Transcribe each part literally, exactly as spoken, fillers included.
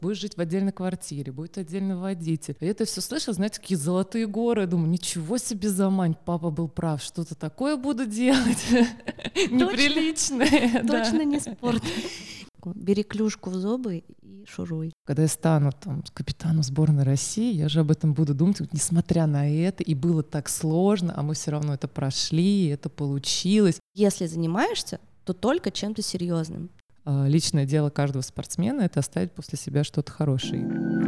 будешь жить в отдельной квартире, будет отдельный водитель. И это все слышала, знаете, такие золотые горы. Я думаю, ничего себе замань, папа был прав, что-то такое буду делать неприличное. Точно не спорт. Бери клюшку в зубы и шуруй. Когда я стану там капитаном сборной России, я же об этом буду думать, несмотря на это, и было так сложно, а мы все равно это прошли, это получилось. Если занимаешься, то только чем-то серьезным. Личное дело каждого спортсмена — это оставить после себя что-то хорошее.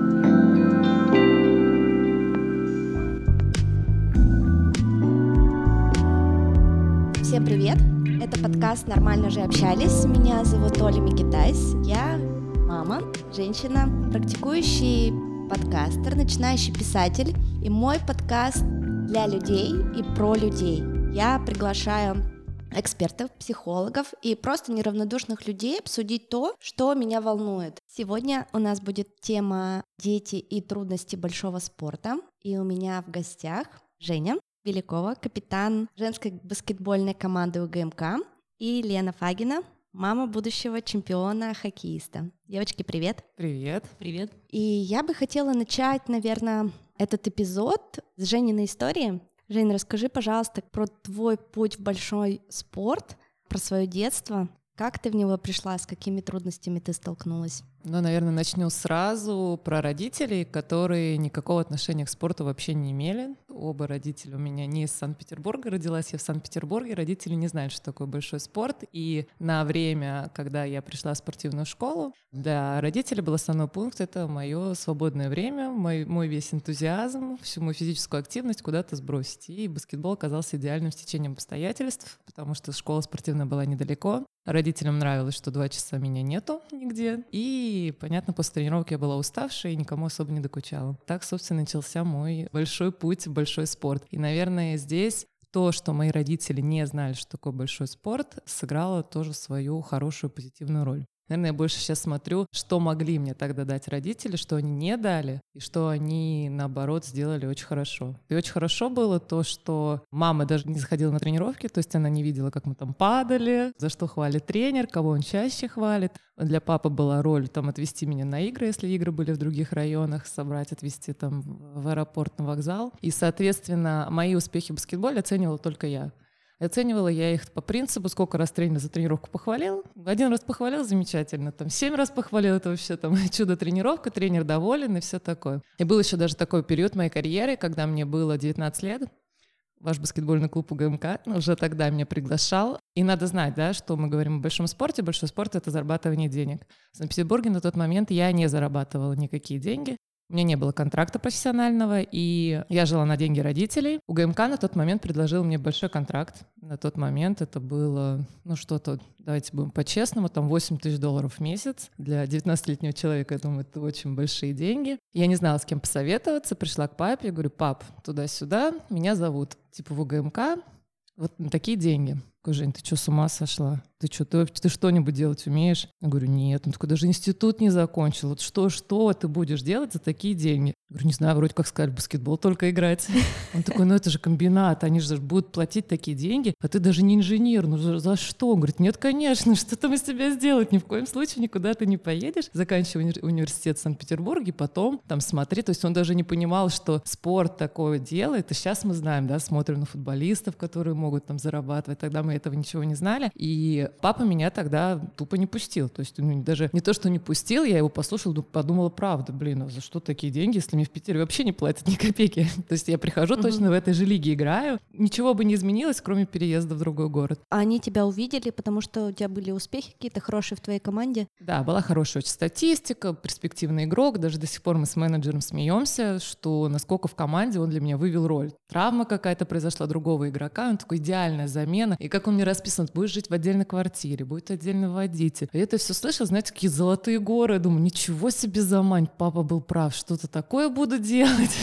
Всем привет! Это подкаст «Нормально же общались». Меня зовут Оля Микитайс. Я мама, женщина, практикующий подкастер, начинающий писатель. И мой подкаст для людей и про людей. Я приглашаю экспертов, психологов и просто неравнодушных людей обсудить то, что меня волнует. Сегодня у нас будет тема «Дети и трудности большого спорта». И у меня в гостях Женя Белякова, капитан женской баскетбольной команды УГМК, и Лена Фагина, мама будущего чемпиона-хоккеиста. Девочки, привет! Привет! Привет! И я бы хотела начать, наверное, этот эпизод с Жениной истории. Жень, расскажи, пожалуйста, про твой путь в большой спорт, про свое детство. Как ты в него пришла, с какими трудностями ты столкнулась? Ну, наверное, начну сразу про родителей, которые никакого отношения к спорту вообще не имели. Оба родителя у меня не из Санкт-Петербурга, родилась я в Санкт-Петербурге, родители не знали, что такое большой спорт. И на время, когда я пришла в спортивную школу, для родителей был основной пункт — это мое свободное время, мой, мой весь энтузиазм, всю мою физическую активность куда-то сбросить. И баскетбол оказался идеальным стечением обстоятельств, потому что школа спортивная была недалеко. Родителям нравилось, что два часа меня нету нигде. И, понятно, после тренировки я была уставшая и никому особо не докучала. Так, собственно, начался мой большой путь в большой спорт. И, наверное, здесь то, что мои родители не знали, что такое большой спорт, сыграло тоже свою хорошую позитивную роль. Наверное, я больше сейчас смотрю, что могли мне тогда дать родители, что они не дали, и что они, наоборот, сделали очень хорошо. И очень хорошо было то, что мама даже не заходила на тренировки, то есть она не видела, как мы там падали, за что хвалит тренер, кого он чаще хвалит. Для папы была роль там отвезти меня на игры, если игры были в других районах, собрать, отвезти там в аэропорт, на вокзал. И, соответственно, мои успехи в баскетболе оценивала только я. Оценивала я их по принципу, сколько раз тренер за тренировку похвалил. Один раз похвалил — замечательно, там семь раз похвалил — это вообще там чудо-тренировка, тренер доволен и все такое. И был еще даже такой период моей карьеры, когда мне было девятнадцать лет. Ваш баскетбольный клуб УГМК уже тогда меня приглашал. И надо знать, да, что мы говорим о большом спорте. Большой спорт — это зарабатывание денег. В Санкт-Петербурге на тот момент я не зарабатывала никакие деньги. У меня не было контракта профессионального, и я жила на деньги родителей. УГМК на тот момент предложил мне большой контракт. На тот момент это было, ну что-то, давайте будем по-честному, там восемь тысяч долларов в месяц. Для девятнадцатилетнего человека, я думаю, это очень большие деньги. Я не знала, с кем посоветоваться, пришла к папе, говорю: пап, туда-сюда, меня зовут, типа в УГМК, вот на такие деньги. Я говорю: Жень, ты что, с ума сошла? Ты что, ты, ты что-нибудь делать умеешь? Я говорю: нет. Он такой: даже институт не закончил. Вот что, что ты будешь делать за такие деньги? Я говорю: не знаю, вроде как сказали, в баскетбол только играть. Он такой: ну это же комбинат, они же будут платить такие деньги, а ты даже не инженер, ну за, за что? Он говорит: нет, конечно, что там из тебя сделать? Ни в коем случае никуда ты не поедешь. Заканчивай уни- университет в Санкт-Петербурге, потом там смотри. То есть он даже не понимал, что спорт такое делает. И сейчас мы знаем, да, смотрим на футболистов, которые могут там зарабатывать. Тогда мы этого ничего не знали. И папа меня тогда тупо не пустил. То есть ну, даже не то, что не пустил, я его послушала, подумала: правда, блин, а за что такие деньги, если мне в Питере вообще не платят ни копейки? То есть я прихожу, uh-huh. точно в этой же лиге играю. Ничего бы не изменилось, кроме переезда в другой город. А они тебя увидели, потому что у тебя были успехи какие-то хорошие в твоей команде? Да, была хорошая очень статистика, перспективный игрок. Даже до сих пор мы с менеджером смеемся, что насколько в команде он для меня вывел роль. Травма какая-то произошла другого игрока, он такой: идеальная замена. И как он мне расписан: будешь жить в отдельной квартире, будет отдельный водитель. И это все слышала, знаете, такие золотые горы. Я думаю, ничего себе замань, папа был прав, что-то такое буду делать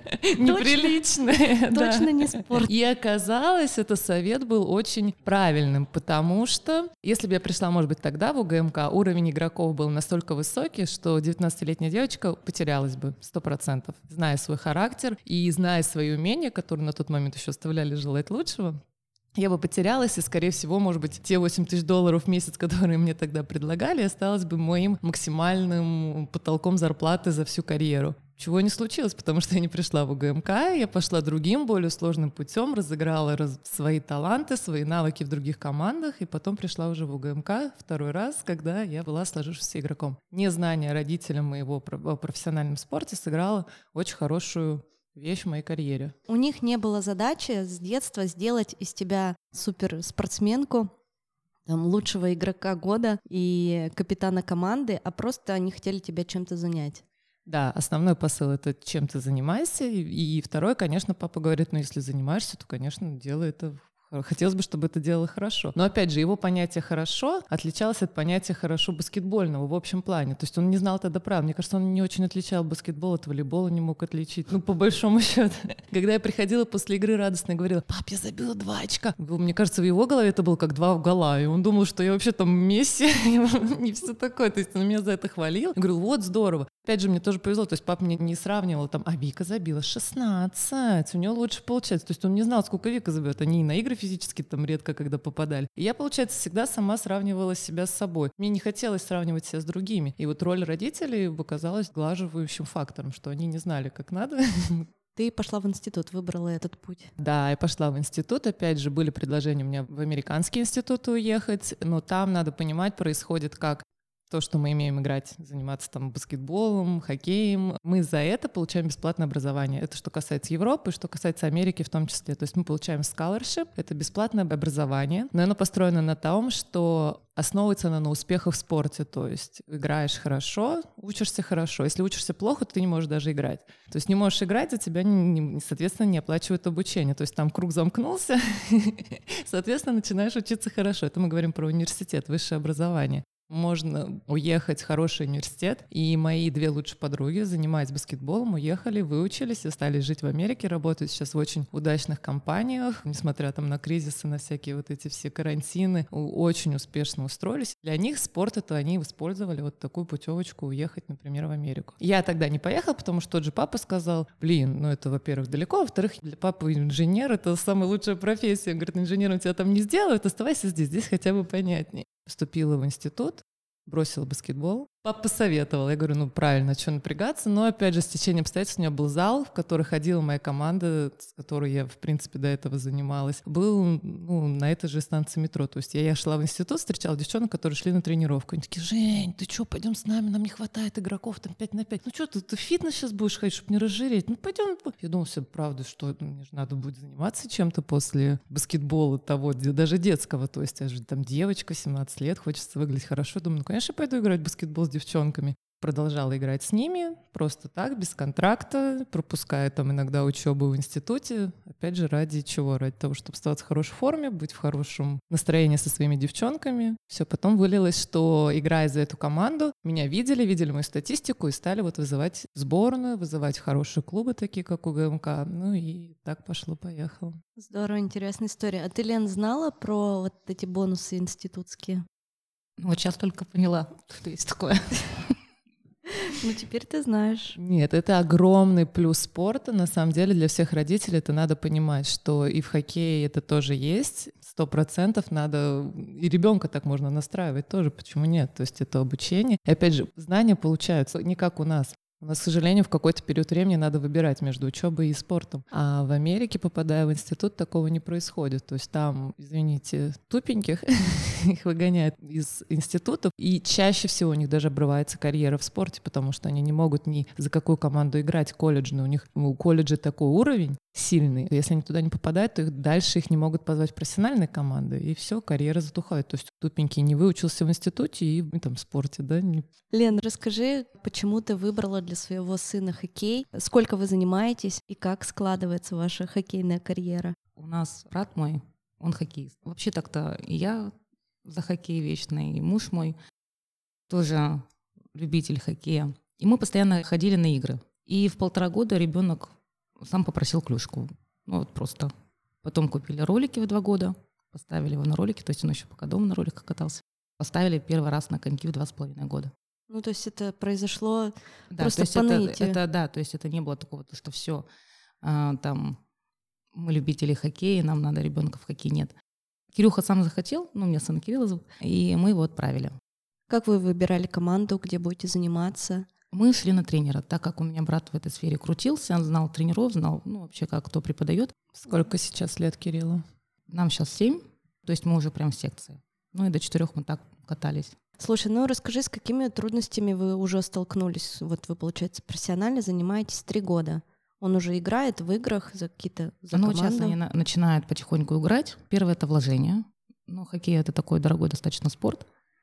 неприличное. Точно не спорт. И оказалось, этот совет был очень правильным, потому что если бы я пришла, может быть, тогда в УГМК, уровень игроков был настолько высокий, что девятнадцатилетняя девочка потерялась бы сто процентов, зная свой характер и зная свои умения, которые на тот момент еще оставляли желать лучшего. я бы потерялась, и, скорее всего, может быть, те восемь тысяч долларов в месяц, которые мне тогда предлагали, осталось бы моим максимальным потолком зарплаты за всю карьеру. Чего не случилось, потому что я не пришла в УГМК, я пошла другим, более сложным путем, разыграла раз... свои таланты, свои навыки в других командах, и потом пришла уже в УГМК второй раз, когда я была сложившимся игроком. Незнание родителям моего о профессиональном спорте сыграло очень хорошую вещь в моей карьере. У них не было задачи с детства сделать из тебя суперспортсменку, там, лучшего игрока года и капитана команды, а просто они хотели тебя чем-то занять. Да, основной посыл — это чем ты занимаешься. И, и второй, конечно, папа говорит, ну если занимаешься, то, конечно, делай это. Хотелось бы, чтобы это делало хорошо. Но, опять же, его понятие «хорошо» отличалось от понятия «хорошо» баскетбольного в общем плане. То есть он не знал тогда правил. Мне кажется, он не очень отличал баскетбол от волейбола, не мог отличить. Ну, по большому счету. Когда я приходила после игры радостно и говорила: «Пап, я забила два очка». Мне кажется, в его голове это было как два гола. И он думал, что я вообще там Месси, не все такое. То есть он меня за это хвалил. Я говорю: вот здорово. Опять же, мне тоже повезло. То есть папа мне не сравнивал там: а Вика забила шестнадцать, у нее лучше получается. То есть он не знал, сколько Вика забьет. Они и на игры физически там редко когда попадали. И я, получается, всегда сама сравнивала себя с собой. Мне не хотелось сравнивать себя с другими. И вот роль родителей оказалась сглаживающим фактором, что они не знали, как надо. Ты пошла в институт, выбрала этот путь. Да, я пошла в институт. Опять же, были предложения у меня в американский институт уехать, но там, надо понимать, происходит как то, что мы имеем играть, заниматься там баскетболом, хоккеем. Мы за это получаем бесплатное образование. Это что касается Европы, что касается Америки в том числе. То есть мы получаем scholarship, это бесплатное образование, но оно построено на том, что основывается оно на успехах в спорте. То есть играешь хорошо, учишься хорошо. Если учишься плохо, то ты не можешь даже играть. То есть не можешь играть, за тебя, не, не, соответственно, не оплачивают обучение. То есть там круг замкнулся, соответственно, начинаешь учиться хорошо. Это мы говорим про университет, высшее образование. Можно уехать в хороший университет, и мои две лучшие подруги, занимаясь баскетболом, уехали, выучились и стали жить в Америке, работают сейчас в очень удачных компаниях, несмотря там на кризисы, на всякие вот эти все карантины, очень успешно устроились. Для них спорт — это они использовали вот такую путевочку уехать, например, в Америку. Я тогда не поехала, потому что тот же папа сказал: блин, ну это, во-первых, далеко, во-вторых, для папы инженер — это самая лучшая профессия. Он говорит: инженером тебя там не сделают, оставайся здесь, здесь хотя бы понятнее. Поступила в институт, бросила баскетбол. Папа посоветовал. Я говорю: ну правильно, что напрягаться? Но опять же, с течением обстоятельств у меня был зал, в который ходила моя команда, с которой я, в принципе, до этого занималась. Был, ну, на этой же станции метро. То есть я, я шла в институт, встречала девчонок, которые шли на тренировку. Они такие: Жень, ты что, пойдем с нами, нам не хватает игроков, там пять на пять. Ну что, ты, ты в фитнес сейчас будешь ходить, чтобы не разжиреть? Ну пойдем. Я думала, все, правда, что мне же надо будет заниматься чем-то после баскетбола того, даже детского. То есть я же там девочка, семнадцать лет, хочется выглядеть хорошо. Думаю, ну, конечно, пойду играть в баскетбол с девчонками. Продолжала играть с ними, просто так, без контракта, пропуская там иногда учебу в институте. Опять же, ради чего? Ради того, чтобы оставаться в хорошей форме, быть в хорошем настроении со своими девчонками. Все, потом вылилось, что, играя за эту команду, меня видели, видели мою статистику и стали вот вызывать в сборную, вызывать в хорошие клубы, такие как УГМК. Ну и так пошло-поехало. Здорово, интересная история. А ты, Лен, знала про вот эти бонусы институтские? Вот сейчас только поняла, что есть такое. Ну, теперь ты знаешь. Нет, это огромный плюс спорта. На самом деле для всех родителей это надо понимать, что и в хоккее это тоже есть. Сто процентов надо... И ребенка так можно настраивать тоже, почему нет? То есть это обучение. И опять же, знания получаются не как у нас. У нас, к сожалению, в какой-то период времени надо выбирать между учебой и спортом. А в Америке, попадая в институт, такого не происходит. То есть там, извините, тупеньких их выгоняют из институтов, и чаще всего у них даже обрывается карьера в спорте, потому что они не могут ни за какую команду играть колледжную. У них у колледжа такой уровень сильный. Если они туда не попадают, то их дальше их не могут позвать в профессиональные команды, и все, карьера затухает. То есть тупенький не выучился в институте и там в спорте, да? Не... Лен, расскажи, почему ты выбрала для своего сына хоккей, сколько вы занимаетесь и как складывается ваша хоккейная карьера? У нас брат мой, он хоккеист. Вообще так-то и я за хоккей вечный, и муж мой тоже любитель хоккея. И мы постоянно ходили на игры. И в полтора года ребенок сам попросил клюшку. Ну вот просто. Потом купили ролики в два года, поставили его на ролики, то есть он еще пока дома на роликах катался. Поставили первый раз на коньки в два с половиной года. Ну, то есть это произошло да, просто то есть по это, наитию. это, да, то есть это не было такого, что все а, там мы любители хоккея, нам надо ребенка в хоккей, нет. Кирюха сам захотел, ну, у меня сын Кирилла зовут, и мы его отправили. Как вы выбирали команду, где будете заниматься? Мы шли на тренера, так как у меня брат в этой сфере крутился, он знал тренеров, знал, ну, вообще, как кто преподает. Сколько сейчас лет Кириллу? Нам сейчас семь, то есть мы уже прям в секции. Ну и до четырех мы так катались. Слушай, ну расскажи, с какими трудностями вы уже столкнулись? Вот вы, получается, профессионально занимаетесь три года. Он уже играет в играх за какие-то за Ну, команду? сейчас они на- начинают потихоньку играть. Первое — это вложение. Ну, хоккей — это такой дорогой достаточно спорт.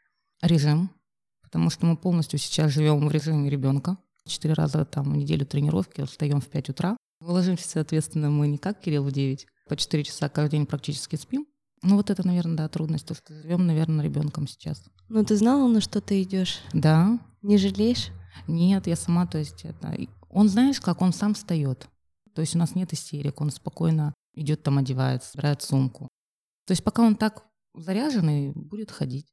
Режим, потому что мы полностью сейчас живем в режиме ребенка. Четыре раза там в неделю тренировки, встаем в пять утра. Ложимся, соответственно, мы не как Кирилл в девять, по четыре часа каждый день практически спим. Ну вот это, наверное, да, трудность, то, что живем, наверное, ребенком сейчас. Ну ты знала, на что ты идешь? Да. Не жалеешь? Нет, я сама, то есть это... Он, знаешь, как он сам встает. То есть у нас нет истерик, он спокойно идет там, одевается, собирает сумку. То есть пока он так заряженный, будет ходить.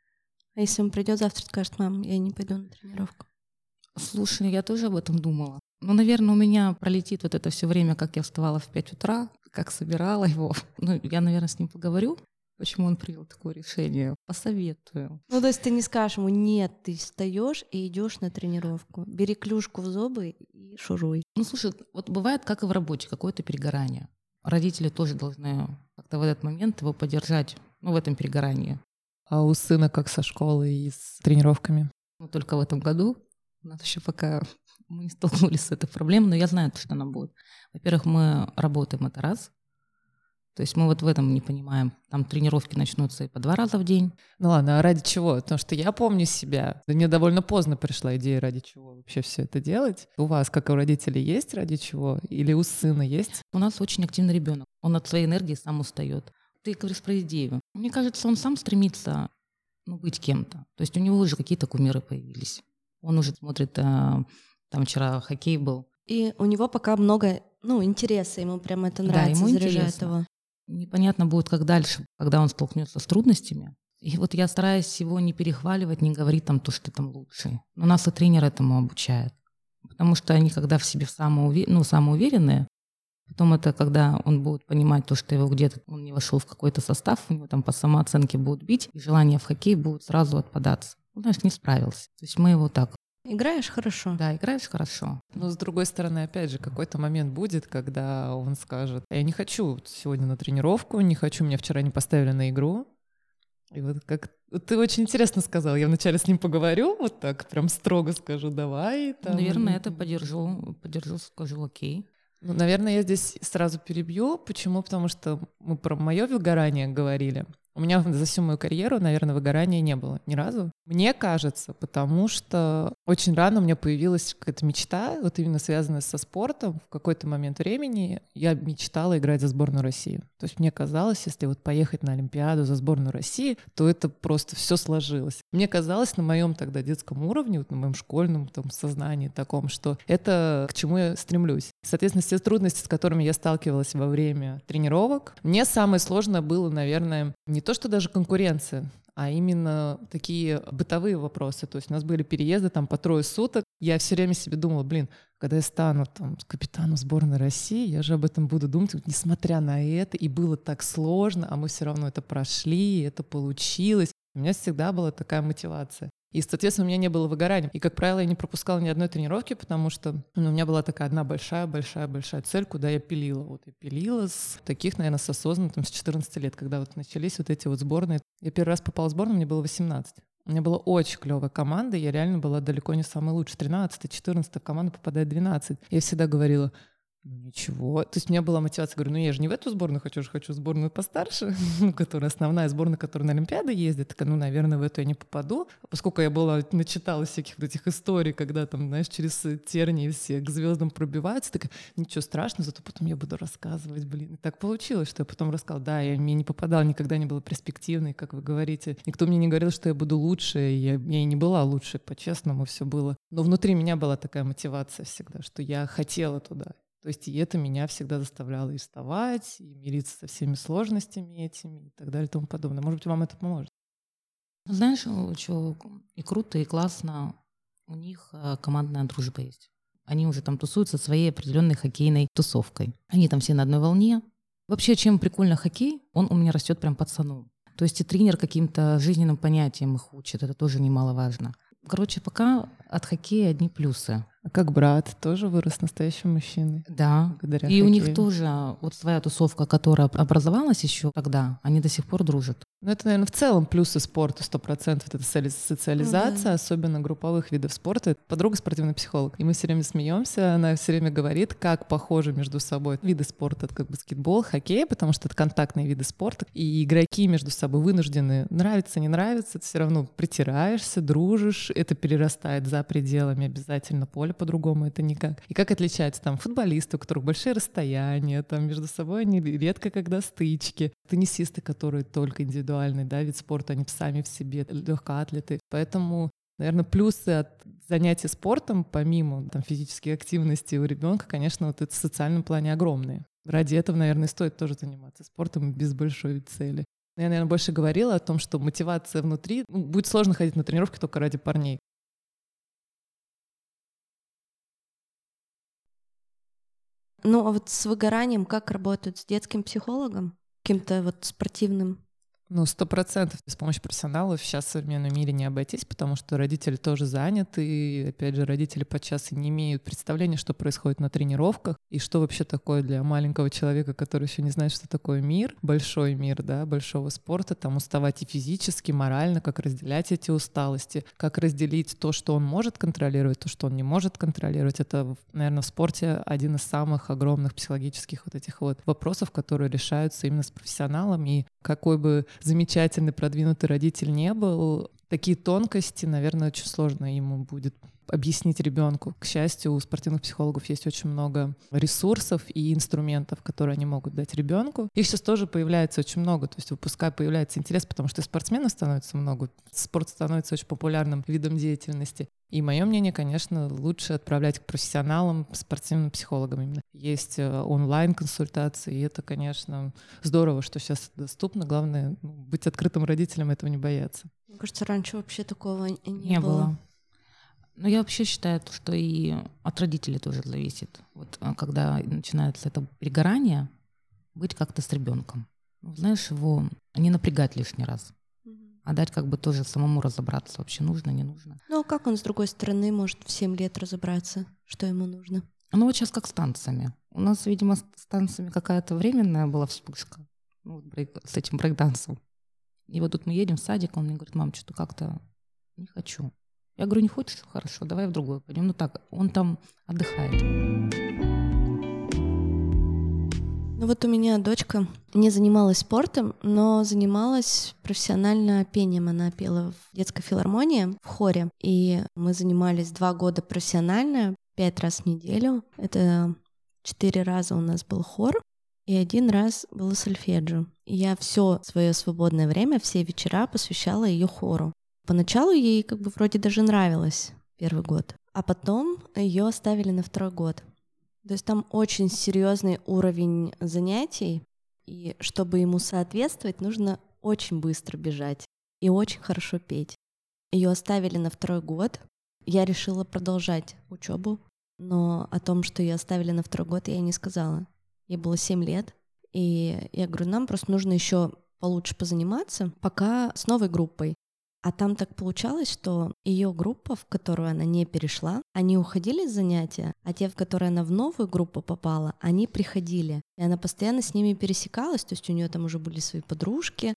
А если он придет завтра и скажет: мам, я не пойду на тренировку? Слушай, я тоже об этом думала. Ну, наверное, у меня пролетит вот это все время, как я вставала в пять утра, как собирала его. Ну, я, наверное, с ним поговорю, почему он принял такое решение. Посоветую. Ну, то есть ты не скажешь ему: нет, ты встаешь и идешь на тренировку. Бери клюшку в зубы и шуруй. Ну, слушай, вот бывает, как и в работе, какое-то перегорание. Родители тоже должны как-то в этот момент его поддержать, ну, в этом перегорании. А у сына как со школой и с тренировками? Ну, только в этом году. У нас еще пока мы не столкнулись с этой проблемой, но я знаю, что она будет. Во-первых, мы работаем, это раз. То есть мы вот в этом не понимаем. Там тренировки начнутся и по два раза в день. Ну ладно, а ради чего? Потому что я помню себя. Да мне довольно поздно пришла идея, ради чего вообще все это делать. У вас, как и у родителей, есть ради чего? Или у сына есть? У нас очень активный ребенок. Он от своей энергии сам устает. Ты говоришь про идею. Мне кажется, он сам стремится, ну, быть кем-то. То есть у него уже какие-то кумиры появились. Он уже смотрит, а, там вчера хоккей был. И у него пока много, ну, интереса, ему прям это Да, нравится, ему заряжает интересно. его. Непонятно будет, как дальше, когда он столкнется с трудностями. И вот я стараюсь его не перехваливать, не говорить там то, что там лучший. Но нас и тренер этому обучает. Потому что они, когда в себе самоуве... ну, самоуверенные, потом это, когда он будет понимать то, что его где-то он не вошел в какой-то состав, у него там по самооценке будут бить, и желание в хоккей будет сразу отпадаться. Он, знаешь, не справился. То есть мы его так. Играешь хорошо. Да, играешь хорошо. Но с другой стороны, опять же, какой-то момент будет, когда он скажет: я не хочу сегодня на тренировку, не хочу, меня вчера не поставили на игру. И вот как вот ты очень интересно сказал, я вначале с ним поговорю, вот так прям строго скажу: давай. Там. Наверное, это поддержу, поддержу, скажу окей. Ну, наверное, я здесь сразу перебью. Почему? Потому что мы про мое выгорание говорили. У меня за всю мою карьеру, наверное, выгорания не было ни разу. Мне кажется, потому что очень рано у меня появилась какая-то мечта, вот именно связанная со спортом. В какой-то момент времени я мечтала играть за сборную России. То есть мне казалось, если вот поехать на Олимпиаду за сборную России, то это просто все сложилось. Мне казалось на моем тогда детском уровне, вот на моем школьном там, сознании таком, что это к чему я стремлюсь. Соответственно, все трудности, с которыми я сталкивалась во время тренировок, мне самое сложное было, наверное, не то, что даже конкуренция, а именно такие бытовые вопросы. То есть у нас были переезды там по трое суток. Я все время себе думала: блин, когда я стану там капитаном сборной России, я же об этом буду думать, несмотря на это. И было так сложно, а мы все равно это прошли, это получилось. У меня всегда была такая мотивация. И, соответственно, у меня не было выгорания. И, как правило, я не пропускала ни одной тренировки, потому что ну, у меня была такая одна большая-большая-большая цель, куда я пилила. Вот я пилила с таких, наверное, с осознанных, там, с четырнадцати лет, когда вот начались вот эти вот сборные. Я первый раз попала в сборную, мне было восемнадцать. У меня была очень клевая команда, и я реально была далеко не самая лучшая. тринадцатая, четырнадцатая команда попадает двенадцать. Я всегда говорила: ну ничего. То есть у меня была мотивация, говорю, ну я же не в эту сборную хочу, же хочу сборную постарше, которая основная сборная, которая на Олимпиады ездит. Так, ну, наверное, в эту я не попаду. Поскольку я была, начиталась всяких вот этих историй, когда там, знаешь, через тернии все к звездам пробиваются, так ничего страшного, зато потом я буду рассказывать, блин. И так получилось, что я потом рассказала, да, я мне не попадала, никогда не была перспективной, как вы говорите. Никто мне не говорил, что я буду лучше, я, я и не была лучше, по-честному все было. Но внутри меня была такая мотивация всегда, что я хотела туда. То есть и это меня всегда заставляло и вставать, и мириться со всеми сложностями этими и так далее и тому подобное. Может быть, вам это поможет? Знаешь, что и круто, и классно, у них командная дружба есть. Они уже там тусуются своей определенной хоккейной тусовкой. Они там все на одной волне, Вообще, чем прикольно хоккей, он у меня растет прям пацаном. То есть и тренер каким-то жизненным понятиям их учит, это тоже немаловажно. Короче, пока от хоккея одни плюсы. А как брат тоже вырос настоящим мужчиной? Да, Благодаря и у них хоккею. тоже вот своя тусовка, которая образовалась еще тогда, они до сих пор дружат. Ну, это, наверное, в целом плюсы спорта, сто процентов. Это соли- социализация, Ну да. особенно групповых видов спорта. Это подруга спортивный психолог. И мы все время смеемся, она все время говорит, как похожи между собой виды спорта. Это как баскетбол, хоккей, потому что это контактные виды спорта. И игроки между собой вынуждены, нравится, не нравится, ты все равно притираешься, дружишь. Это перерастает за пределами обязательно поля, по-другому это никак. И как отличается там футболисты, у которых большие расстояния, там между собой они редко когда стычки. Теннисисты, которые только индивидуальный, да, вид спорта, они сами в себе легкоатлеты. Поэтому, наверное, плюсы от занятий спортом, помимо там, физической активности у ребенка, конечно, вот это в социальном плане огромные. Ради этого, наверное, стоит тоже заниматься спортом без большой цели. Но я, наверное, больше говорила о том, что мотивация внутри... Ну, будет сложно ходить на тренировки только ради парней. Ну, а вот с выгоранием как работают? С детским психологом? Каким-то вот спортивным? Ну, сто процентов с помощью профессионалов сейчас в современном мире не обойтись, потому что родители тоже заняты, и, опять же, родители подчас и не имеют представления, что происходит на тренировках, и что вообще такое для маленького человека, который еще не знает, что такое мир, большой мир, да, большого спорта, там уставать и физически, и морально, как разделять эти усталости, как разделить то, что он может контролировать, то, что он не может контролировать. Это, наверное, в спорте один из самых огромных психологических вот этих вот вопросов, которые решаются именно с профессионалом, и какой бы замечательный, продвинутый родитель не был, такие тонкости, наверное, очень сложно ему будет объяснить ребенку. К счастью, у спортивных психологов есть очень много ресурсов и инструментов, которые они могут дать ребенку. Их сейчас тоже появляется очень много, то есть пускай появляется интерес, потому что и спортсменов становится много, спорт становится очень популярным видом деятельности. И мое мнение, конечно, лучше отправлять к профессионалам, спортивным психологам именно. Есть онлайн-консультации, и это, конечно, здорово, что сейчас это доступно. Главное, быть открытым родителям, этого не бояться. Мне кажется, раньше вообще такого не, Не было. было. Но я вообще считаю, что и от родителей тоже зависит. Вот когда начинается это перегорание, быть как-то с ребенком. Знаешь, его не напрягать лишний раз, а дать как бы тоже самому разобраться, вообще нужно, не нужно. Ну а как он, с другой стороны, может в семь лет разобраться, что ему нужно? Ну вот сейчас как с танцами. У нас, видимо, с танцами какая-то временная была вспышка, ну, вот брейк, с этим брейк-дансом. И вот тут мы едем в садик, он мне говорит: мам, что-то как-то не хочу. Я говорю: не хочешь? Хорошо, давай в другой пойдем. Ну так, он там отдыхает. Ну вот у меня дочка не занималась спортом, но занималась профессионально пением. Она пела в детской филармонии, в хоре. И мы занимались два года профессионально, пять раз в неделю. Это четыре раза у нас был хор, и один раз было сольфеджио. И я все свое свободное время, все вечера посвящала ее хору. Поначалу ей как бы вроде даже нравилось первый год, а потом ее оставили на второй год. То есть там очень серьезный уровень занятий, и чтобы ему соответствовать, нужно очень быстро бежать и очень хорошо петь. Ее оставили на второй год. Я решила продолжать учебу, но о том, что ее оставили на второй год, я ей не сказала. Ей было семь лет, и я говорю: нам просто нужно еще получше позаниматься, пока с новой группой. А там так получалось, что ее группа, в которую она не перешла, они уходили с занятия, а те, в которые она в новую группу попала, они приходили. И она постоянно с ними пересекалась, то есть у нее там уже были свои подружки.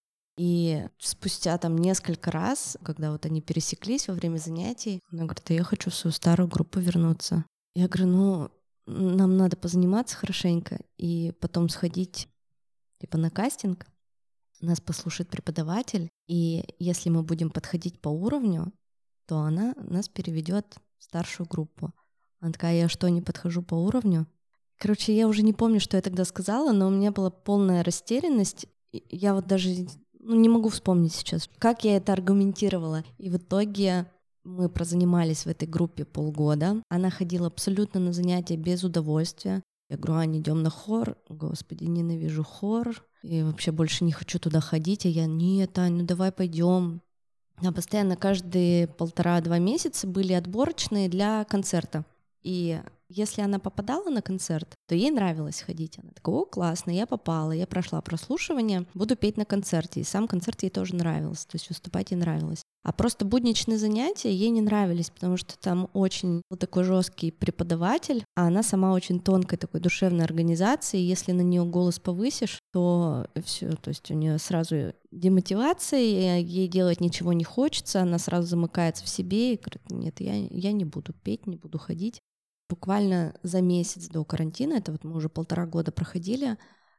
И спустя там несколько раз, когда вот они пересеклись во время занятий, она говорит: а я хочу в свою старую группу вернуться. Я говорю: ну, нам надо позаниматься хорошенько и потом сходить типа на кастинг. Нас послушает преподаватель, и если мы будем подходить по уровню, то она нас переведет в старшую группу. Она такая: я что, не подхожу по уровню? Короче, я уже не помню, что я тогда сказала, но у меня была полная растерянность. Я вот даже ну, не могу вспомнить сейчас, как я это аргументировала. И в итоге мы прозанимались в этой группе полгода. Она ходила абсолютно на занятия без удовольствия. Я говорю: Ань, идем на хор. Господи, ненавижу хор. И вообще больше не хочу туда ходить. А я: нет, Ань, ну давай пойдем. А постоянно каждые полтора-два месяца были отборочные для концерта. И если она попадала на концерт, то ей нравилось ходить. Она такая: о, классно, я попала, я прошла прослушивание, буду петь на концерте. И сам концерт ей тоже нравился, то есть выступать ей нравилось. А просто будничные занятия ей не нравились, потому что там очень был такой жесткий преподаватель, а она сама очень тонкой такой душевной организации. Если на нее голос повысишь, то все, то есть у нее сразу демотивация, ей делать ничего не хочется, она сразу замыкается в себе и говорит: нет, я, я не буду петь, не буду ходить. Буквально за месяц до карантина, это вот мы уже полтора года проходили,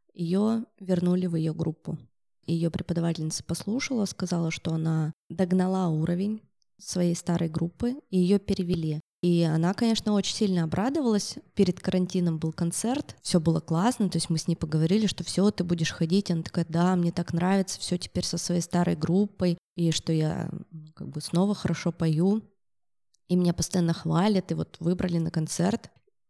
ее вернули в ее группу. Ее преподавательница послушала, сказала, что она догнала уровень своей старой группы, и ее перевели. И она, конечно, очень сильно обрадовалась. Перед карантином был концерт, все было классно, то есть мы с ней поговорили, что все, ты будешь ходить. Она такая: да, мне так нравится, все теперь со своей старой группой, и что я как бы снова хорошо пою. И меня постоянно хвалят, и вот выбрали на концерт.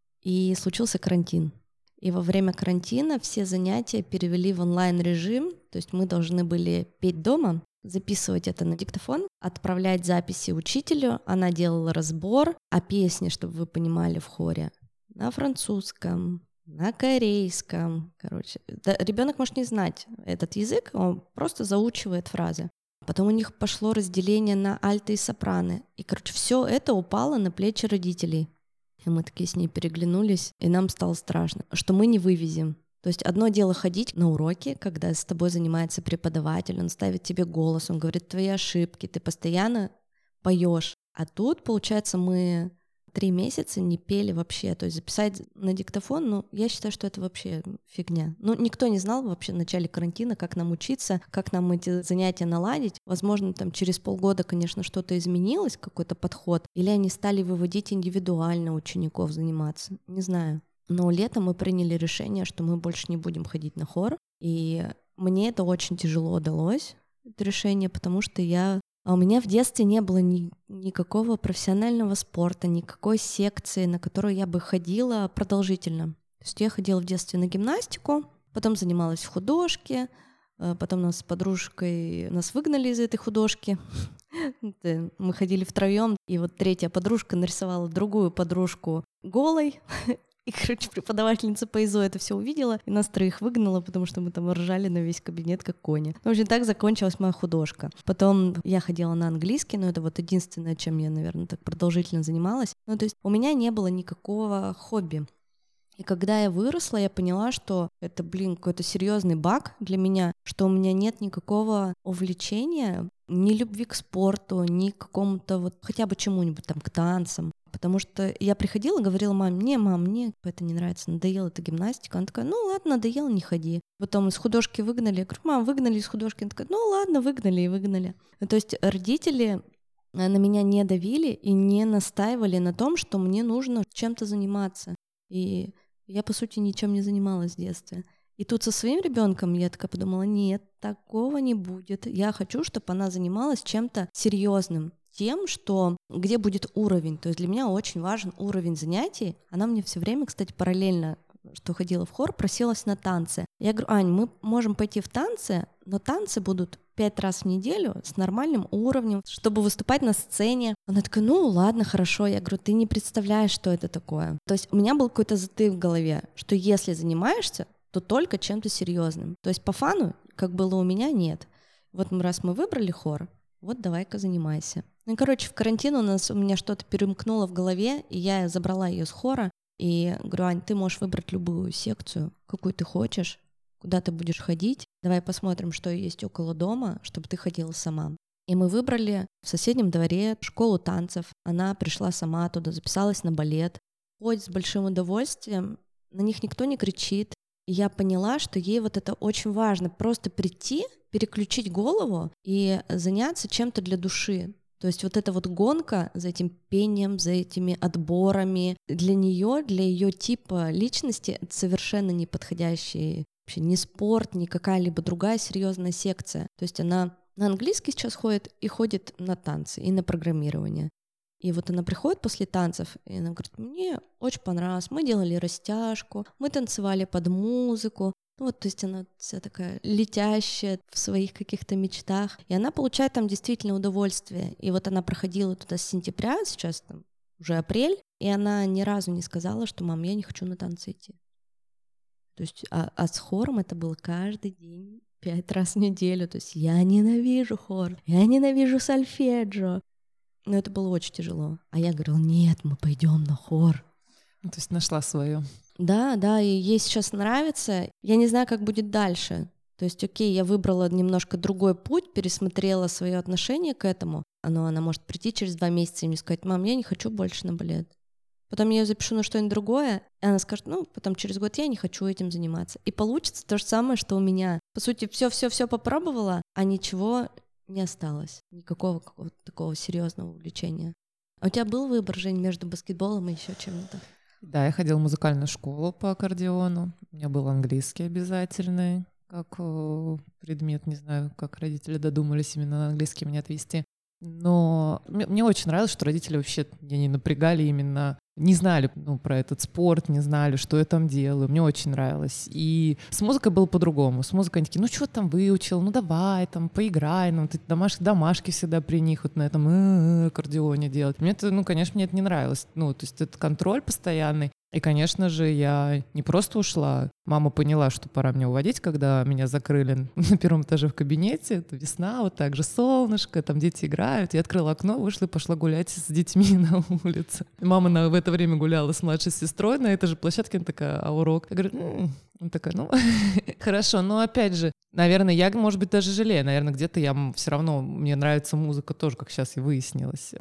И случился карантин. И во время карантина все занятия перевели в онлайн-режим, то есть мы должны были петь дома, записывать это на диктофон, отправлять записи учителю, она делала разбор, а песни, чтобы вы понимали, в хоре на французском, на корейском, короче. Да, ребенок может не знать этот язык, он просто заучивает фразы. Потом у них пошло разделение на альты и сопраны. И, короче, все это упало на плечи родителей. И мы такие с ней переглянулись, и нам стало страшно, что мы не вывезем. То есть одно дело ходить на уроки, когда с тобой занимается преподаватель, он ставит тебе голос, он говорит твои ошибки, ты постоянно поешь. А тут, получается, мы три месяца не пели вообще. То есть записать на диктофон, ну, я считаю, что это вообще фигня. Ну, никто не знал вообще в начале карантина, как нам учиться, как нам эти занятия наладить. Возможно, там через полгода, конечно, что-то изменилось, какой-то подход, или они стали выводить индивидуально учеников заниматься, не знаю. Но летом мы приняли решение, что мы больше не будем ходить на хор, и мне это очень тяжело далось, это решение, потому что я... А у меня в детстве не было ни, никакого профессионального спорта, никакой секции, на которую я бы ходила продолжительно. То есть я ходила в детстве на гимнастику, потом занималась в художке, потом нас с подружкой нас выгнали из этой художки. Мы ходили втроем, и вот третья подружка нарисовала другую подружку голой. И, короче, преподавательница по ИЗО это все увидела, и нас троих выгнала, потому что мы там ржали на весь кабинет, как кони. В общем, так закончилась моя художка. Потом я ходила на английский, но это вот единственное, чем я, наверное, так продолжительно занималась. Ну, то есть у меня не было никакого хобби. И когда я выросла, я поняла, что это, блин, какой-то серьезный баг для меня, что у меня нет никакого увлечения, ни любви к спорту, ни к какому-то вот хотя бы чему-нибудь там, к танцам. Потому что я приходила и говорила маме: не, мам, мне это не нравится, надоела эта гимнастика. Она такая: ну ладно, надоело, не ходи. Потом из художки выгнали. Я говорю: мам, выгнали из художки. Она такая: ну ладно, выгнали и выгнали. То есть родители на меня не давили и не настаивали на том, что мне нужно чем-то заниматься. И я, по сути, ничем не занималась в детстве. И тут со своим ребенком я такая подумала: нет, такого не будет. Я хочу, чтобы она занималась чем-то серьезным, тем, что где будет уровень. То есть для меня очень важен уровень занятий. Она мне все время, кстати, параллельно, что ходила в хор, просилась на танцы. Я говорю: Ань, мы можем пойти в танцы, но танцы будут пять раз в неделю с нормальным уровнем, чтобы выступать на сцене. Она такая: ну ладно, хорошо. Я говорю: ты не представляешь, что это такое. То есть у меня был какой-то затык в голове, что если занимаешься, то только чем-то серьезным. То есть по фану, как было у меня, нет. Вот раз мы выбрали хор, вот давай-ка занимайся. Ну и, короче, в карантин у нас у меня что-то перемкнуло в голове, и я забрала ее с хора, и говорю: Ань, ты можешь выбрать любую секцию, какую ты хочешь, куда ты будешь ходить. Давай посмотрим, что есть около дома, чтобы ты ходила сама. И мы выбрали в соседнем дворе школу танцев. Она пришла сама туда, записалась на балет. Ходит с большим удовольствием, на них никто не кричит. И я поняла, что ей вот это очень важно, просто прийти, переключить голову и заняться чем-то для души. То есть вот эта вот гонка за этим пением, за этими отборами, для нее, для ее типа личности это совершенно не подходящий вообще ни спорт, ни какая-либо другая серьезная секция. То есть она на английский сейчас ходит и ходит на танцы и на программирование. И вот она приходит после танцев, и она говорит: мне очень понравилось, мы делали растяжку, мы танцевали под музыку. Ну вот, то есть она вся такая летящая в своих каких-то мечтах, и она получает там действительно удовольствие. И вот она проходила туда с сентября, сейчас там уже апрель, и она ни разу не сказала, что: мам, я не хочу на танцы идти. То есть, а, а с хором это было каждый день, пять раз в неделю. То есть я ненавижу хор, я ненавижу сольфеджио. Но это было очень тяжело. А я говорила, нет, мы пойдем на хор. Ну, то есть нашла свое. Да, да, и ей сейчас нравится. Я не знаю, как будет дальше. То есть, окей, я выбрала немножко другой путь, пересмотрела свое отношение к этому. Но она может прийти через два месяца и мне сказать, мам, я не хочу больше на балет. Потом я ее запишу на что-нибудь другое, и она скажет, ну, потом через год я не хочу этим заниматься. И получится то же самое, что у меня. По сути, все-все-все попробовала, а ничего не осталось. Никакого какого-то такого серьезного увлечения. А у тебя был выбор, Жень, между баскетболом и еще чем-то? Да, я ходила в музыкальную школу по аккордеону. У меня был английский обязательный, как предмет, не знаю, как родители додумались именно на английский меня отвести. Но мне, мне очень нравилось, что родители вообще меня не напрягали именно, не знали ну, про этот спорт, не знали, что я там делаю. Мне очень нравилось. И с музыкой было по-другому. С музыкой они такие, ну что там выучил, ну давай, там, поиграй, ну ты домаш, домашки всегда при них вот на этом э-э, аккордеоне делать. Мне это, ну, конечно, мне это не нравилось. Ну, то есть это контроль постоянный. И, конечно же, я не просто ушла. Мама поняла, что пора мне уводить, когда меня закрыли на первом этаже в кабинете. Это весна, вот так же солнышко, там дети играют. Я открыла окно, вышла и пошла гулять с детьми на улице. Мама на, в это время гуляла с младшей сестрой на этой же площадке. Она такая, а урок? Я говорю, м-м". Она такая, ну, хорошо. Но опять же, наверное, я, может быть, даже жалею. Наверное, где-то я все равно, мне нравится музыка тоже, как сейчас и выяснилось.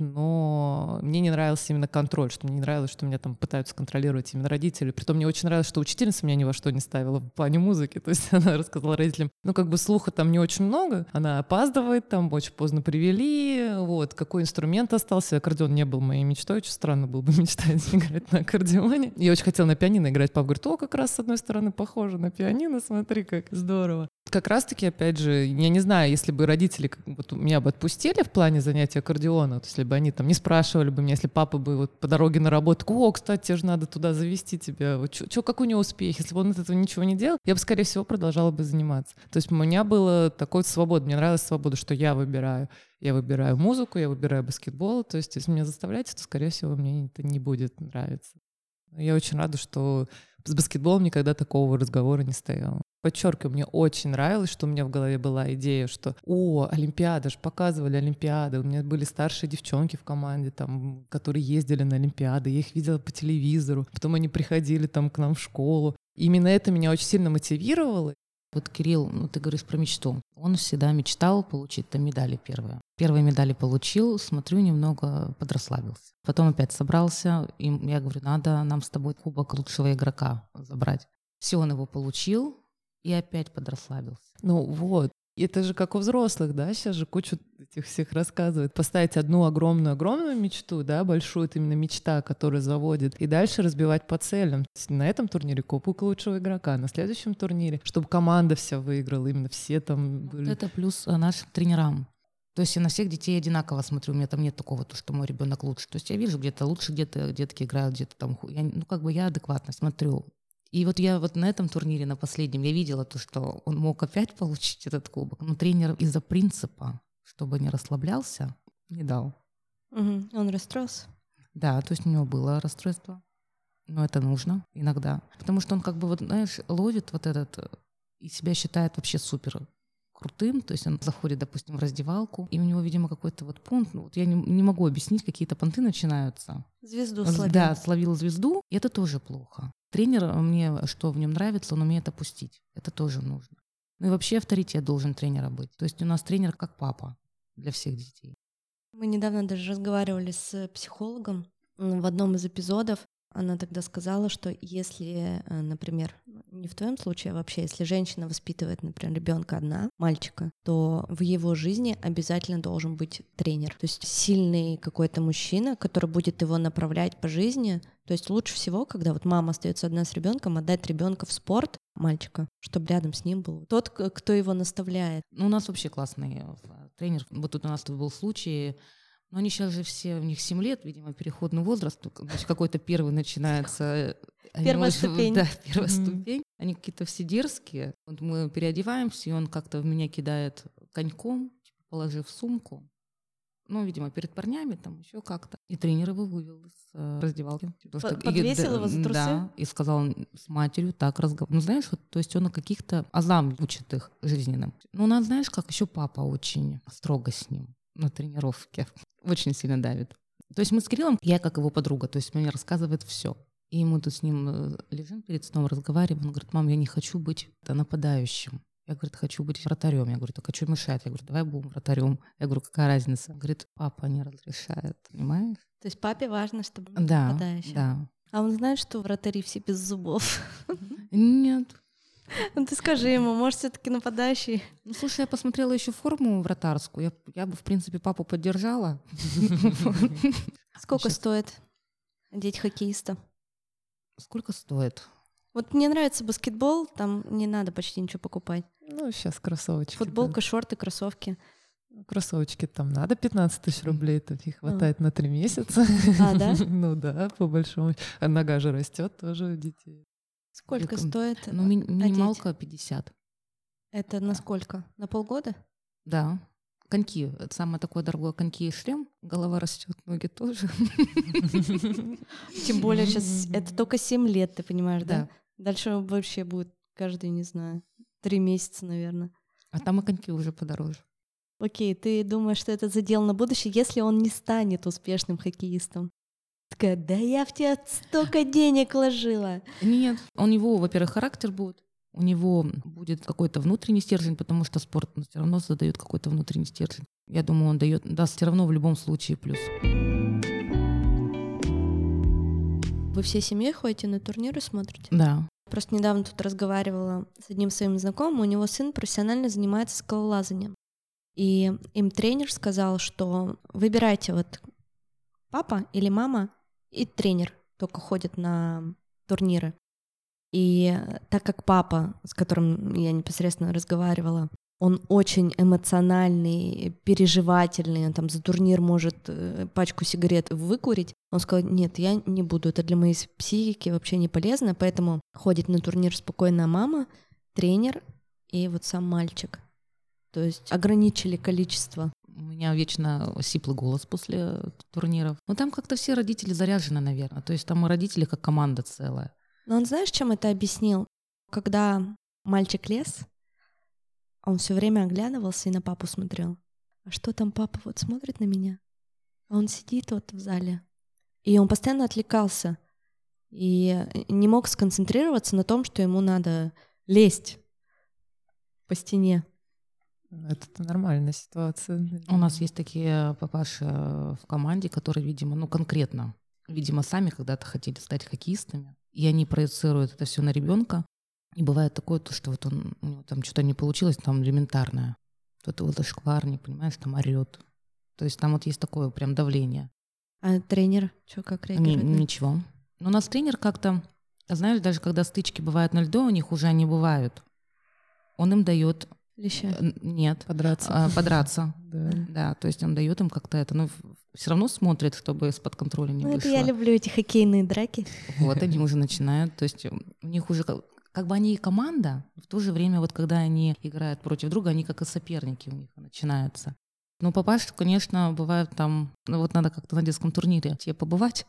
Но мне не нравился именно контроль, что мне не нравилось, что меня там пытаются контролировать именно родители. Притом мне очень нравилось, что учительница меня ни во что не ставила в плане музыки. То есть она рассказала родителям, ну, как бы слуха там не очень много, она опаздывает, там очень поздно привели, вот, какой инструмент остался. Аккордеон не был моей мечтой, очень странно было бы мечтать играть на аккордеоне. Я очень хотела на пианино играть. Папа говорит, о, как раз с одной стороны похоже на пианино, смотри, как здорово. Как раз-таки, опять же, я не знаю, если бы родители вот, меня бы отпустили в плане занятия аккордеона, то есть, если бы они там не спрашивали бы меня, если папа бы вот по дороге на работу, о, кстати, тебе же надо туда завести тебя, вот, чё, как у него успехи, если бы он от этого ничего не делал, я бы, скорее всего, продолжала бы заниматься. То есть у меня было такой свобода, мне нравилась свобода, что я выбираю. Я выбираю музыку, я выбираю баскетбол, то есть если меня заставляете, то, скорее всего, мне это не будет нравиться. Я очень рада, что с баскетболом никогда такого разговора не стояло. Подчеркиваю, мне очень нравилось, что у меня в голове была идея, что «О, Олимпиада же, показывали Олимпиады». У меня были старшие девчонки в команде, там, которые ездили на Олимпиады, я их видела по телевизору. Потом они приходили там, к нам в школу. Именно это меня очень сильно мотивировало. Вот, Кирилл, ну ты говоришь про мечту. Он всегда мечтал получить там медали первые. Первые медали получил, смотрю, немного подрасслабился. Потом опять собрался, и я говорю, надо нам с тобой кубок лучшего игрока забрать. Все, он его получил, и опять подрасслабился. Ну вот, это же как у взрослых, да, сейчас же кучу этих всех рассказывают. Поставить одну огромную-огромную мечту, да, большую, это именно мечта, которая заводит, и дальше разбивать по целям. На этом турнире кубок лучшего игрока, на следующем турнире, чтобы команда вся выиграла, именно все там были. Вот это плюс нашим тренерам. То есть я на всех детей одинаково смотрю, у меня там нет такого, то, что мой ребенок лучше. То есть я вижу, где-то лучше, где-то детки играют, где-то там хуже. Я, ну, как бы я адекватно смотрю. И вот я вот на этом турнире, на последнем, я видела то, что он мог опять получить этот кубок, но тренер из-за принципа, чтобы не расслаблялся, не дал. Угу. Он расстроился? Да, то есть у него было расстройство, но это нужно иногда. Потому что он как бы, вот, знаешь, ловит вот этот и себя считает вообще супер крутым, то есть он заходит, допустим, в раздевалку, и у него, видимо, какой-то вот понт, ну, вот я не, не могу объяснить, какие-то понты начинаются. Звезду словил. Да, словил звезду, и это тоже плохо. Тренер, мне что в нем нравится, он умеет опустить. Это тоже нужно. Ну и вообще авторитет должен тренера быть. То есть у нас тренер как папа для всех детей. Мы недавно даже разговаривали с психологом в одном из эпизодов. Она тогда сказала, что если, например, не в твоем случае, а вообще, если женщина воспитывает, например, ребенка одна, мальчика, то в его жизни обязательно должен быть тренер. То есть сильный какой-то мужчина, который будет его направлять по жизни. То есть лучше всего, когда вот мама остается одна с ребенком, отдать ребенка в спорт, мальчика, чтобы рядом с ним был тот, кто его наставляет. Ну, у нас вообще классный тренер. Вот тут у нас тут был случай. Но они сейчас же все, у них семь лет, видимо, переходный возраст, значит, какой-то первый начинается. Первая ступень. Да, первая mm-hmm. ступень. Они какие-то все дерзкие. Вот мы переодеваемся, и он как-то в меня кидает коньком, положив сумку. Ну, видимо, перед парнями, там еще как-то. И тренер его вывел из э, раздевалки. Под, подвесил и, его за трусы? Да, и сказал с матерью так разговаривать. Ну, знаешь, вот, то есть он на каких-то азам учит их жизненным. Ну, у нас, знаешь, как еще папа очень строго с ним на тренировке. Очень сильно давит. То есть мы с Кириллом, я как его подруга, то есть мне рассказывает все. И мы тут с ним лежим перед сном, разговариваем. Он говорит: мам, я не хочу быть нападающим. Я, говорит, хочу быть вратарем. Я говорю: так а что мешает? Я говорю: давай будем вратарем. Я говорю: какая разница? Он говорит: папа не разрешает, понимаешь? То есть папе важно, чтобы был Да, нападающим. да. А он знает, что вратари все без зубов? Нет. Ну ты скажи ему, может, все-таки нападающий? Ну, слушай, я посмотрела еще форму вратарскую. Я, я бы, в принципе, папу поддержала. Сколько стоит одеть хоккеиста? Сколько стоит? Вот мне нравится баскетбол, там не надо почти ничего покупать. Ну, сейчас кроссовочки. Футболка, да. шорты, кроссовки. Кроссовочки там надо пятнадцать тысяч рублей, тут их хватает а. на три месяца. А, да? Ну да, по большому. А нога же растет тоже у детей. Сколько стоит? Ну, ми- минималка пятьдесят. Это на сколько? На полгода? Да. Коньки. Это самое такое дорогое. Коньки и шлем. Голова растет, ноги тоже. Тем более сейчас это только семь лет, ты понимаешь, да? Да. Дальше вообще будет каждый, не знаю, три месяца, наверное. А там и коньки уже подороже. Окей, ты думаешь, что это задел на будущее, если он не станет успешным хоккеистом? Такая: да я в тебя столько денег вложила. Нет, у него, во-первых, характер будет, у него будет какой-то внутренний стержень, потому что спорт все равно задает какой-то внутренний стержень. Я думаю, он дает, даст все равно в любом случае плюс. Вы всей семьей ходите на турниры, смотрите? Да. Просто недавно тут разговаривала с одним своим знакомым, у него сын профессионально занимается скалолазанием. И им тренер сказал, что выбирайте вот папа или мама и тренер только ходят на турниры. И так как папа, с которым я непосредственно разговаривала, он очень эмоциональный, переживательный, он там за турнир может пачку сигарет выкурить. Он сказал: нет, я не буду, это для моей психики вообще не полезно, поэтому ходит на турнир спокойно мама, тренер и вот сам мальчик. То есть ограничили количество. У меня вечно сиплый голос после турниров. Но там как-то все родители заряжены, наверное. То есть там и родители как команда целая. Но он, знаешь, чем это объяснил? Когда мальчик лез, он все время оглядывался и на папу смотрел. А что там папа вот смотрит на меня? А он сидит вот в зале. И он постоянно отвлекался. И не мог сконцентрироваться на том, что ему надо лезть по стене. Это нормальная ситуация. У нас есть такие папаши в команде, которые, видимо, ну конкретно, видимо, сами когда-то хотели стать хоккеистами, и они проецируют это все на ребенка. И бывает такое, то, что вот он, у него там что-то не получилось, там элементарное. Кто-то вот зашкварник, понимаешь, там орёт. То есть там вот есть такое прям давление. А тренер что, как реагирует? Ни, ничего. Но у нас тренер как-то, знаешь, даже когда стычки бывают на льду, у них уже они бывают, он им дает... Леща? Нет. Подраться. А, подраться. Да. Да, то есть он дает им как-то это, но все равно смотрит, чтобы из-под контроля не ну, вышло. Это я люблю эти хоккейные драки. Вот, они уже начинают, то есть у них уже как, как бы они и команда, в то же время вот когда они играют против друга, они как и соперники у них начинаются. Ну, папаши, конечно, бывают там, ну вот надо как-то на детском турнире тебе побывать.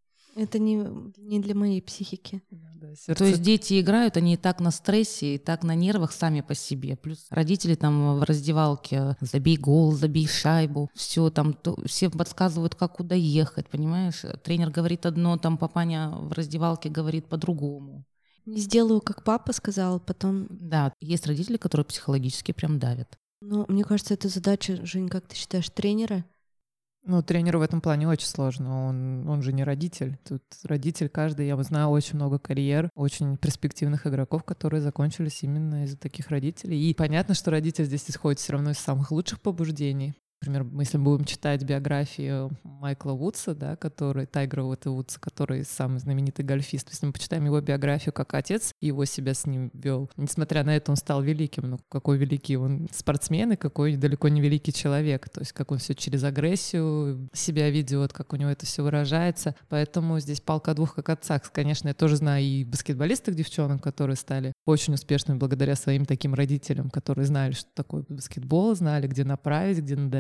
Это не, не для моей психики. Да, сердце... То есть дети играют, они и так на стрессе, и так на нервах сами по себе. Плюс родители там в раздевалке: забей гол, забей шайбу. Все там, то, все подсказывают, как куда ехать, понимаешь? Тренер говорит одно, там папаня в раздевалке говорит по-другому. Не сделаю, как папа сказал, потом... Да, есть родители, которые психологически прям давят. Ну, мне кажется, это задача, Жень, как ты считаешь, тренера? Ну, тренеру в этом плане очень сложно. Он, он же не родитель. Тут родитель каждый. Я знаю очень много карьер, очень перспективных игроков, которые закончились именно из-за таких родителей. И понятно, что родитель здесь исходит все равно из самых лучших побуждений. Например, если мы будем читать биографию Майкла Вудса, да, который, Тайгера Вудса, который самый знаменитый гольфист, если мы почитаем его биографию, как отец его себя с ним вел. Несмотря на это, он стал великим. Но какой великий он спортсмен и какой далеко не великий человек. То есть как он все через агрессию себя ведет, как у него это все выражается. Поэтому здесь палка о двух как отцах. Конечно, я тоже знаю и баскетболисток девчонок, которые стали очень успешными благодаря своим таким родителям, которые знали, что такое баскетбол, знали, где направить, где надавить,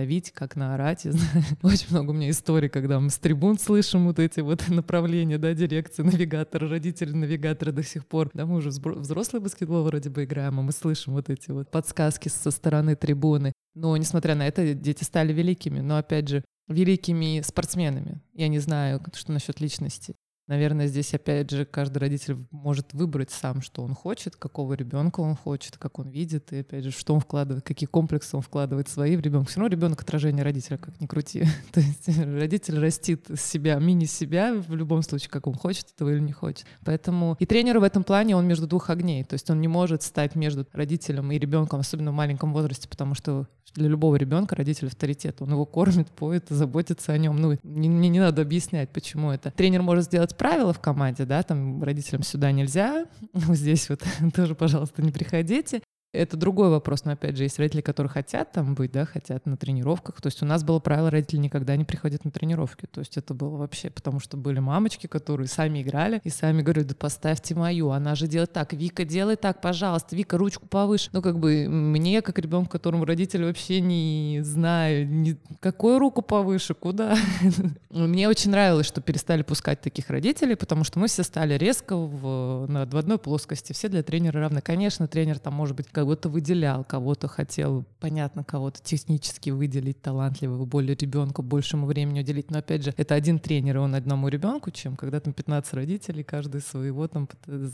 остановить, как наорать. Я знаю, очень много у меня историй, когда мы с трибун слышим вот эти вот направления, да, дирекции, навигатора, родители навигатора до сих пор. Да, мы уже взрослый баскетбол вроде бы играем, а мы слышим вот эти вот подсказки со стороны трибуны. Но, несмотря на это, дети стали великими. Но, опять же, великими спортсменами. Я не знаю, что насчет личности. Наверное, здесь, опять же, каждый родитель может выбрать сам, что он хочет, какого ребенка он хочет, как он видит, и, опять же, что он вкладывает, какие комплексы он вкладывает свои в ребенка. Все равно ребенок — отражение родителя, как ни крути. То есть родитель растит себя, мини-себя в любом случае, как он хочет этого или не хочет. Поэтому и тренер в этом плане, он между двух огней. То есть он не может стать между родителем и ребенком, особенно в маленьком возрасте, потому что для любого ребенка родитель авторитет. Он его кормит, поет, заботится о нем. Ну, мне не, не надо объяснять, почему это. Тренер может сделать правила в команде, да, там родителям сюда нельзя, здесь вот тоже, пожалуйста, не приходите. Это другой вопрос, но, опять же, есть родители, которые хотят там быть, да, хотят на тренировках. То есть у нас было правило, родители никогда не приходят на тренировки. То есть это было вообще, потому что были мамочки, которые сами играли и сами говорили: да поставьте мою, она же делает так, Вика, делай так, пожалуйста, Вика, ручку повыше. Ну, как бы мне, как ребенку, которому родители вообще не знают, не... какую руку повыше, куда. Мне очень нравилось, что перестали пускать таких родителей, потому что мы все стали резко в, в одной плоскости, все для тренера равны. Конечно, тренер там, может быть, кого-то выделял, кого-то хотел, понятно, кого-то технически выделить, талантливого, более ребенку, большему времени уделить. Но, опять же, это один тренер, и он одному ребенку, чем когда там пятнадцать родителей, каждый своего там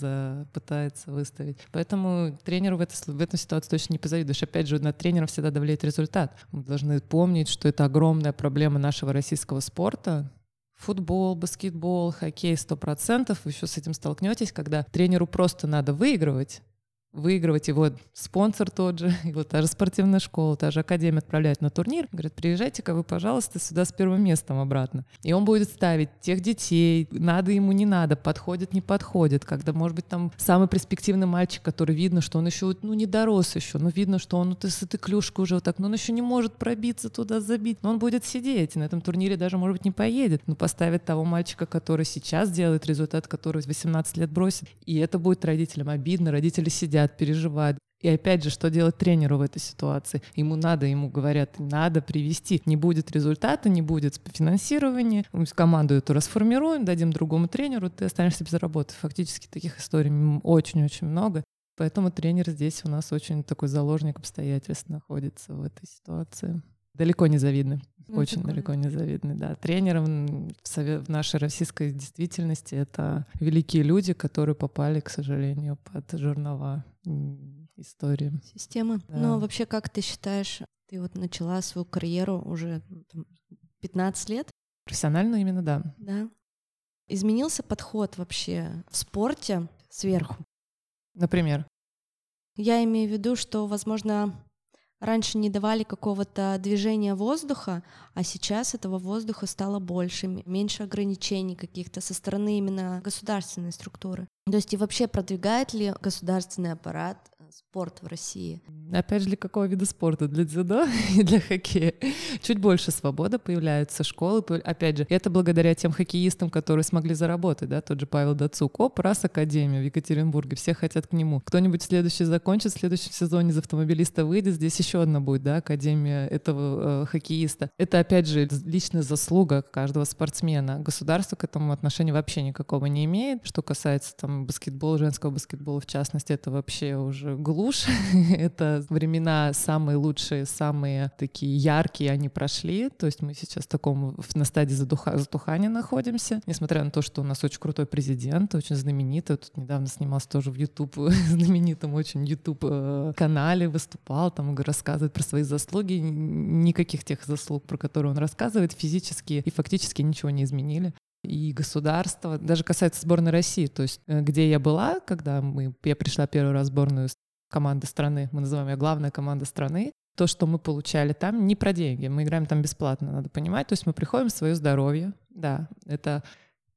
пытается выставить. Поэтому тренеру в, этой, в этой ситуации точно не позавидуешь. Опять же, над тренером всегда давляет результат. Мы должны помнить, что это огромная проблема нашего российского спорта. Футбол, баскетбол, хоккей сто процентов. Вы еще с этим столкнетесь, когда тренеру просто надо выигрывать, выигрывать его спонсор тот же, его та же спортивная школа, та же академия отправляет на турнир, говорит: приезжайте-ка вы, пожалуйста, сюда с первым местом обратно. И он будет ставить тех детей, надо ему, не надо, подходит, не подходит, когда, может быть, там самый перспективный мальчик, который видно, что он еще, ну, не дорос еще, ну, видно, что он, ну, ты с этой клюшкой уже вот так, но он еще не может пробиться туда, забить, но он будет сидеть, и на этом турнире даже, может быть, не поедет, но поставит того мальчика, который сейчас делает результат, который в восемнадцать лет бросит, и это будет родителям обидно, родители сидят, переживают. И опять же, что делать тренеру в этой ситуации? Ему надо, ему говорят, надо привести. Не будет результата, не будет финансирования. Мы команду эту расформируем, дадим другому тренеру, ты останешься без работы. Фактически таких историй очень-очень много. Поэтому тренер здесь у нас очень такой заложник обстоятельств находится в этой ситуации. Далеко не завидный. Ну, очень такое. Далеко не завидный, да. Тренером в, совет, в нашей российской действительности это великие люди, которые попали, к сожалению, под жернова истории. Системы. Да. Ну, а вообще, как ты считаешь, ты вот начала свою карьеру уже пятнадцать лет? Профессионально именно, да. Да. Изменился подход вообще в спорте сверху? Например? Я имею в виду, что, возможно, раньше не давали какого-то движения воздуха, а сейчас этого воздуха стало больше, меньше ограничений каких-то со стороны именно государственной структуры. То есть и вообще продвигает ли государственный аппарат спорт в России? Опять же, для какого вида спорта? Для дзюдо и для хоккея. Чуть больше свободы, появляются школы. Опять же, это благодаря тем хоккеистам, которые смогли заработать, да, тот же Павел Дацук. Оп, раз академия в Екатеринбурге, все хотят к нему. Кто-нибудь следующий закончит, в следующем сезоне из автомобилиста выйдет, здесь еще одна будет, да, академия этого э, хоккеиста. Это, опять же, личная заслуга каждого спортсмена. Государство к этому отношения вообще никакого не имеет. Что касается там баскетбола, женского баскетбола в частности, это вообще уже глушь. Это времена самые лучшие, самые такие яркие они прошли. То есть мы сейчас в таком на стадии задуха, затухания находимся. Несмотря на то, что у нас очень крутой президент, очень знаменитый. Тут недавно снимался тоже в YouTube, знаменитом очень YouTube-канале, выступал, там рассказывает про свои заслуги. Никаких тех заслуг, про которые он рассказывает, физически и фактически ничего не изменили. И государство, даже касается сборной России, то есть где я была, когда мы, я пришла первый раз в сборную команды страны, мы называем ее главная команда страны, то, что мы получали там, не про деньги, мы играем там бесплатно, надо понимать, то есть мы приходим в свое здоровье, да, это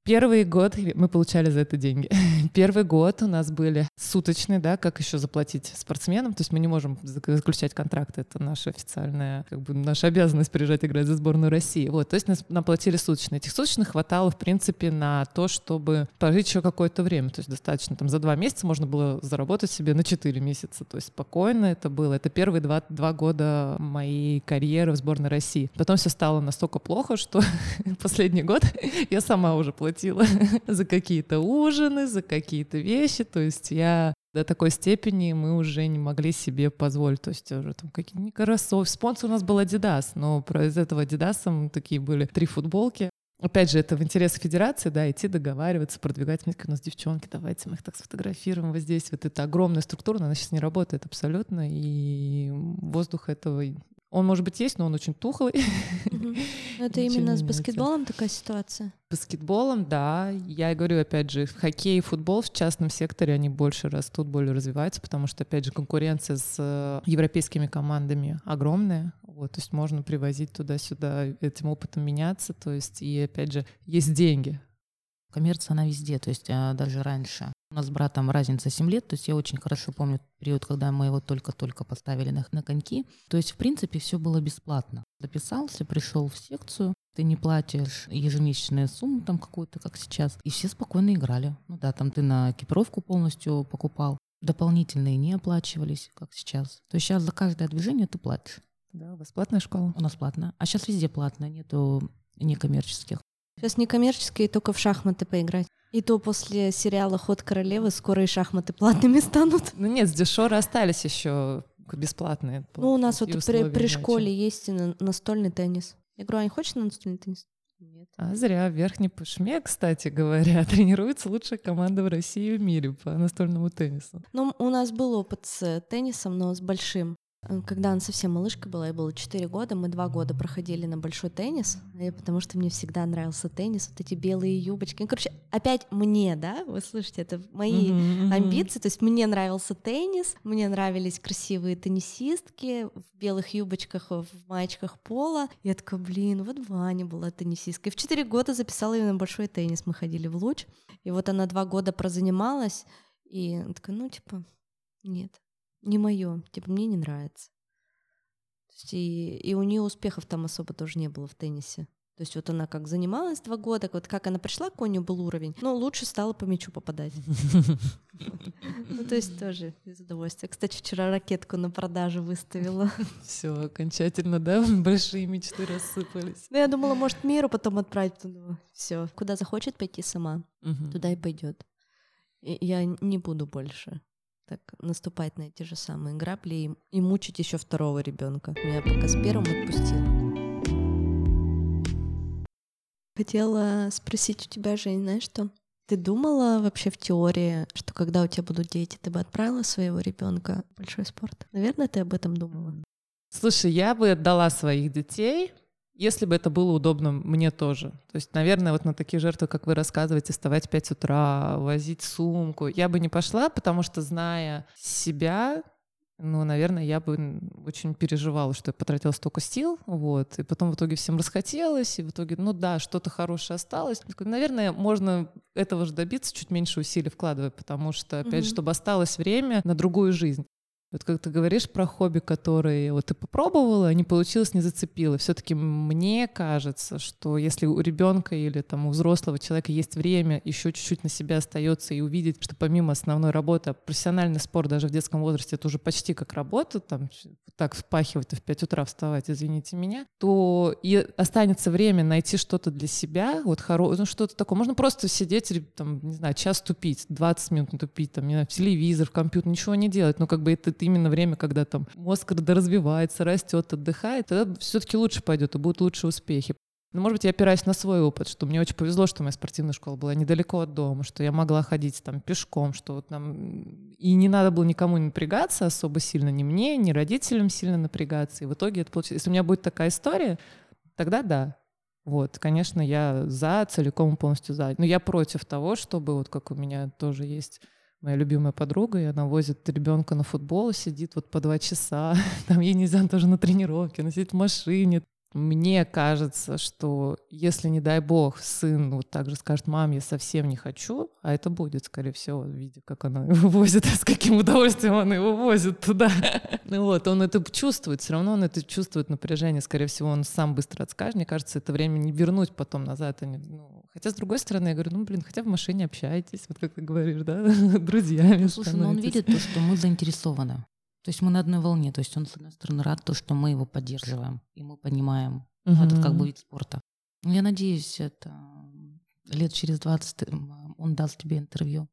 Первый год мы получали за это деньги. Первый год у нас были суточные, да, как еще заплатить спортсменам. То есть мы не можем заключать контракты, это наша официальная, как бы наша обязанность приезжать играть за сборную России. Вот, то есть нас, нам платили суточные. Этих суточных хватало, в принципе, на то, чтобы пожить еще какое-то время. То есть достаточно, там, за два месяца можно было заработать себе на четыре месяца. То есть спокойно это было. Это первые два, два года моей карьеры в сборной России. Потом все стало настолько плохо, что последний год я сама уже платила за какие-то ужины, за какие-то вещи. То есть я до такой степени мы уже не могли себе позволить. То есть уже там какие-то кроссовки. Спонсор у нас был Adidas, но из этого Adidas такие были три футболки. Опять же, это в интересах федерации, да, идти договариваться, продвигать. Мне у нас девчонки, давайте мы их так сфотографируем вот здесь. Вот эта огромная структура, она сейчас не работает абсолютно, и воздух этого... Он, может быть, есть, но он очень тухлый. Mm-hmm. Это именно с баскетболом такая ситуация? С баскетболом, да. Я говорю, опять же, хоккей и футбол в частном секторе, они больше растут, более развиваются, потому что, опять же, конкуренция с европейскими командами огромная. Вот, то есть можно привозить туда-сюда, этим опытом меняться. То есть, и, опять же, есть деньги. Коммерция, она везде, то есть а, даже раньше. У нас с братом разница семь лет, то есть я очень хорошо помню период, когда мы его только-только поставили на, на коньки. То есть, в принципе, все было бесплатно. Записался, пришел в секцию, ты не платишь ежемесячную сумму там какую-то, как сейчас, и все спокойно играли. Ну да, там ты на экипировку полностью покупал, дополнительные не оплачивались, как сейчас. То есть сейчас за каждое движение ты платишь. Да, у вас платная школа? У нас платная. А сейчас везде платно, нету некоммерческих. Сейчас некоммерческие, только в шахматы поиграть. И то после сериала «Ход королевы» скоро и шахматы платными станут. Ну нет, с дешора остались еще бесплатные. Ну у нас вот при, при школе есть и настольный теннис. Я говорю, а не хочешь на настольный теннис? Нет. А зря. В Верхней Пышме, кстати говоря, тренируется лучшая команда в России и в мире по настольному теннису. Ну у нас был опыт с теннисом, но с большим. Когда она совсем малышка была, ей было четыре года, мы два года проходили на большой теннис, потому что мне всегда нравился теннис, вот эти белые юбочки. Ну, короче, опять мне, да, вы слышите, это мои mm-hmm. амбиции, то есть мне нравился теннис, мне нравились красивые теннисистки в белых юбочках, в маечках пола. Я такая, блин, вот Ваня была теннисисткой. В четыре года записала ее на большой теннис, мы ходили в Луч, и вот она два года прозанималась, и такая, ну, типа, нет. Не мое, типа, мне не нравится. То есть и, и у нее успехов там особо тоже не было в теннисе. То есть вот она как занималась два года, вот как она пришла, к нее был уровень, но лучше стала по мячу попадать. Ну, то есть тоже из удовольствия. Кстати, вчера ракетку на продажу выставила. Все, окончательно, да? Большие мечты рассыпались. Ну, я думала, может, миру потом отправить. Все, куда захочет пойти сама, туда и пойдет. Я не буду больше так наступать на эти же самые грабли и, и мучить еще второго ребенка. Меня пока с первым отпустила. Хотела спросить у тебя, Жень, знаешь что? Ты думала вообще в теории, что когда у тебя будут дети, ты бы отправила своего ребенка в большой спорт? Наверное, ты об этом думала. Слушай, я бы отдала своих детей, если бы это было удобно мне тоже. То есть, наверное, вот на такие жертвы, как вы рассказываете, вставать в пять утра, возить сумку, я бы не пошла, потому что, зная себя, ну, наверное, я бы очень переживала, что я потратила столько сил, вот, и потом в итоге всем расхотелось, и в итоге, ну да, что-то хорошее осталось. Наверное, можно этого же добиться, чуть меньше усилий вкладывая, потому что, опять же, mm-hmm. чтобы осталось время на другую жизнь. Вот как ты говоришь про хобби, которые вот ты попробовала, не получилось, не зацепило. Все-таки мне кажется, что если у ребенка или там у взрослого человека есть время, еще чуть-чуть на себя остается и увидеть, что помимо основной работы, профессиональный спорт даже в детском возрасте это уже почти как работа, там так впахивать и в пять утра вставать, извините меня, то и останется время найти что-то для себя, вот хоро... ну, что-то такое. Можно просто сидеть, там, не знаю, час тупить, двадцать минут тупить, там, не знаю, в телевизор, в компьютер, ничего не делать, но как бы это именно время, когда там мозг развивается, растет, отдыхает, тогда все-таки лучше пойдет и будут лучше успехи. Но, может быть, я опираюсь на свой опыт, что мне очень повезло, что моя спортивная школа была недалеко от дома, что я могла ходить там пешком, что вот нам... И не надо было никому напрягаться особо сильно, ни мне, ни родителям сильно напрягаться. И в итоге это получилось. Если у меня будет такая история, тогда да. Вот, конечно, я за, целиком и полностью за. Но я против того, чтобы, вот как у меня тоже есть моя любимая подруга, и она возит ребенка на футбол, сидит вот по два часа, там ей нельзя тоже на тренировке, она сидит в машине. Мне кажется, что если, не дай бог, сын вот так же скажет: мам, я совсем не хочу, а это будет, скорее всего, видя, как она его возит, с каким удовольствием он его возит туда. Ну вот, он это чувствует, все равно он это чувствует напряжение, скорее всего, он сам быстро отскажет. Мне кажется, это время не вернуть потом назад. Они, ну, хотя, с другой стороны, я говорю, ну, блин, хотя в машине общайтесь, вот как ты говоришь, да, друзьями. Ну, слушай, но он видит то, что мы заинтересованы. То есть мы на одной волне. То есть он, с одной стороны, рад, то, что мы его поддерживаем, и мы понимаем. Uh-huh. Ну, это как бы вид спорта. Ну, я надеюсь, это лет через двадцать он даст тебе интервью.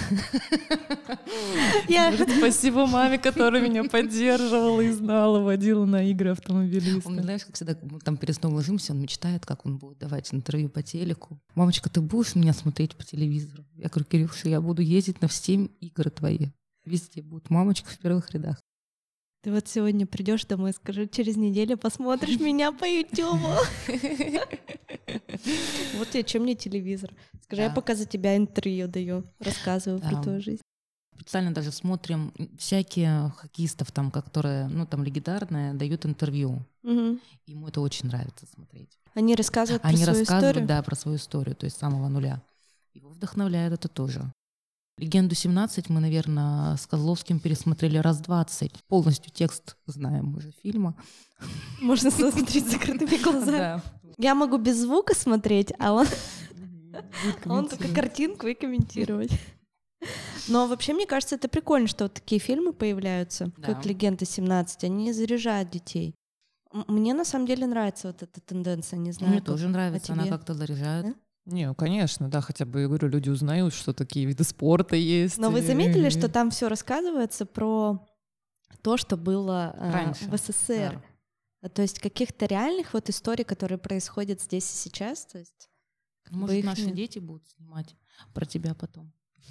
Спасибо маме, которая меня поддерживала и знала, водила на игры автомобилиста. Он, знаешь, как всегда, мы там перед сном ложимся, он мечтает, как он будет давать интервью по телеку. Мамочка, ты будешь меня смотреть по телевизору? Я говорю, Кирюша, я буду ездить на все игры твои. Везде будет мамочка в первых рядах. Ты вот сегодня придешь домой и скажи, через неделю посмотришь меня по Ютубу. Вот я, чем мне телевизор? Скажи, я пока за тебя интервью даю, рассказываю про твою жизнь. Специально даже смотрим всякие хоккеистов, там, которые, ну, там, легендарные, дают интервью. Ему это очень нравится смотреть. Они рассказывают про Они свою рассказывают, историю? да, про свою историю, то есть с самого нуля. Его вдохновляет это тоже. «Легенду семнадцать» мы, наверное, с Козловским пересмотрели раз двадцать. Полностью текст знаем уже фильма. Можно смотреть с закрытыми глазами. Я могу без звука смотреть, а он, он только картинку и комментировать. Но вообще, мне кажется, это прикольно, что вот такие фильмы появляются, да. Как «Легенда семнадцать», они заряжают детей. Мне на самом деле нравится вот эта тенденция, не знаю. Мне тоже нравится, она как-то заряжает. А? Не, конечно, да, хотя бы, я говорю, люди узнают, что такие виды спорта есть. Но вы заметили, что там все рассказывается про то, что было раньше, в СССР? Да. То есть каких-то реальных вот историй, которые происходят здесь и сейчас? То есть, может, наши нет. дети будут снимать про тебя потом?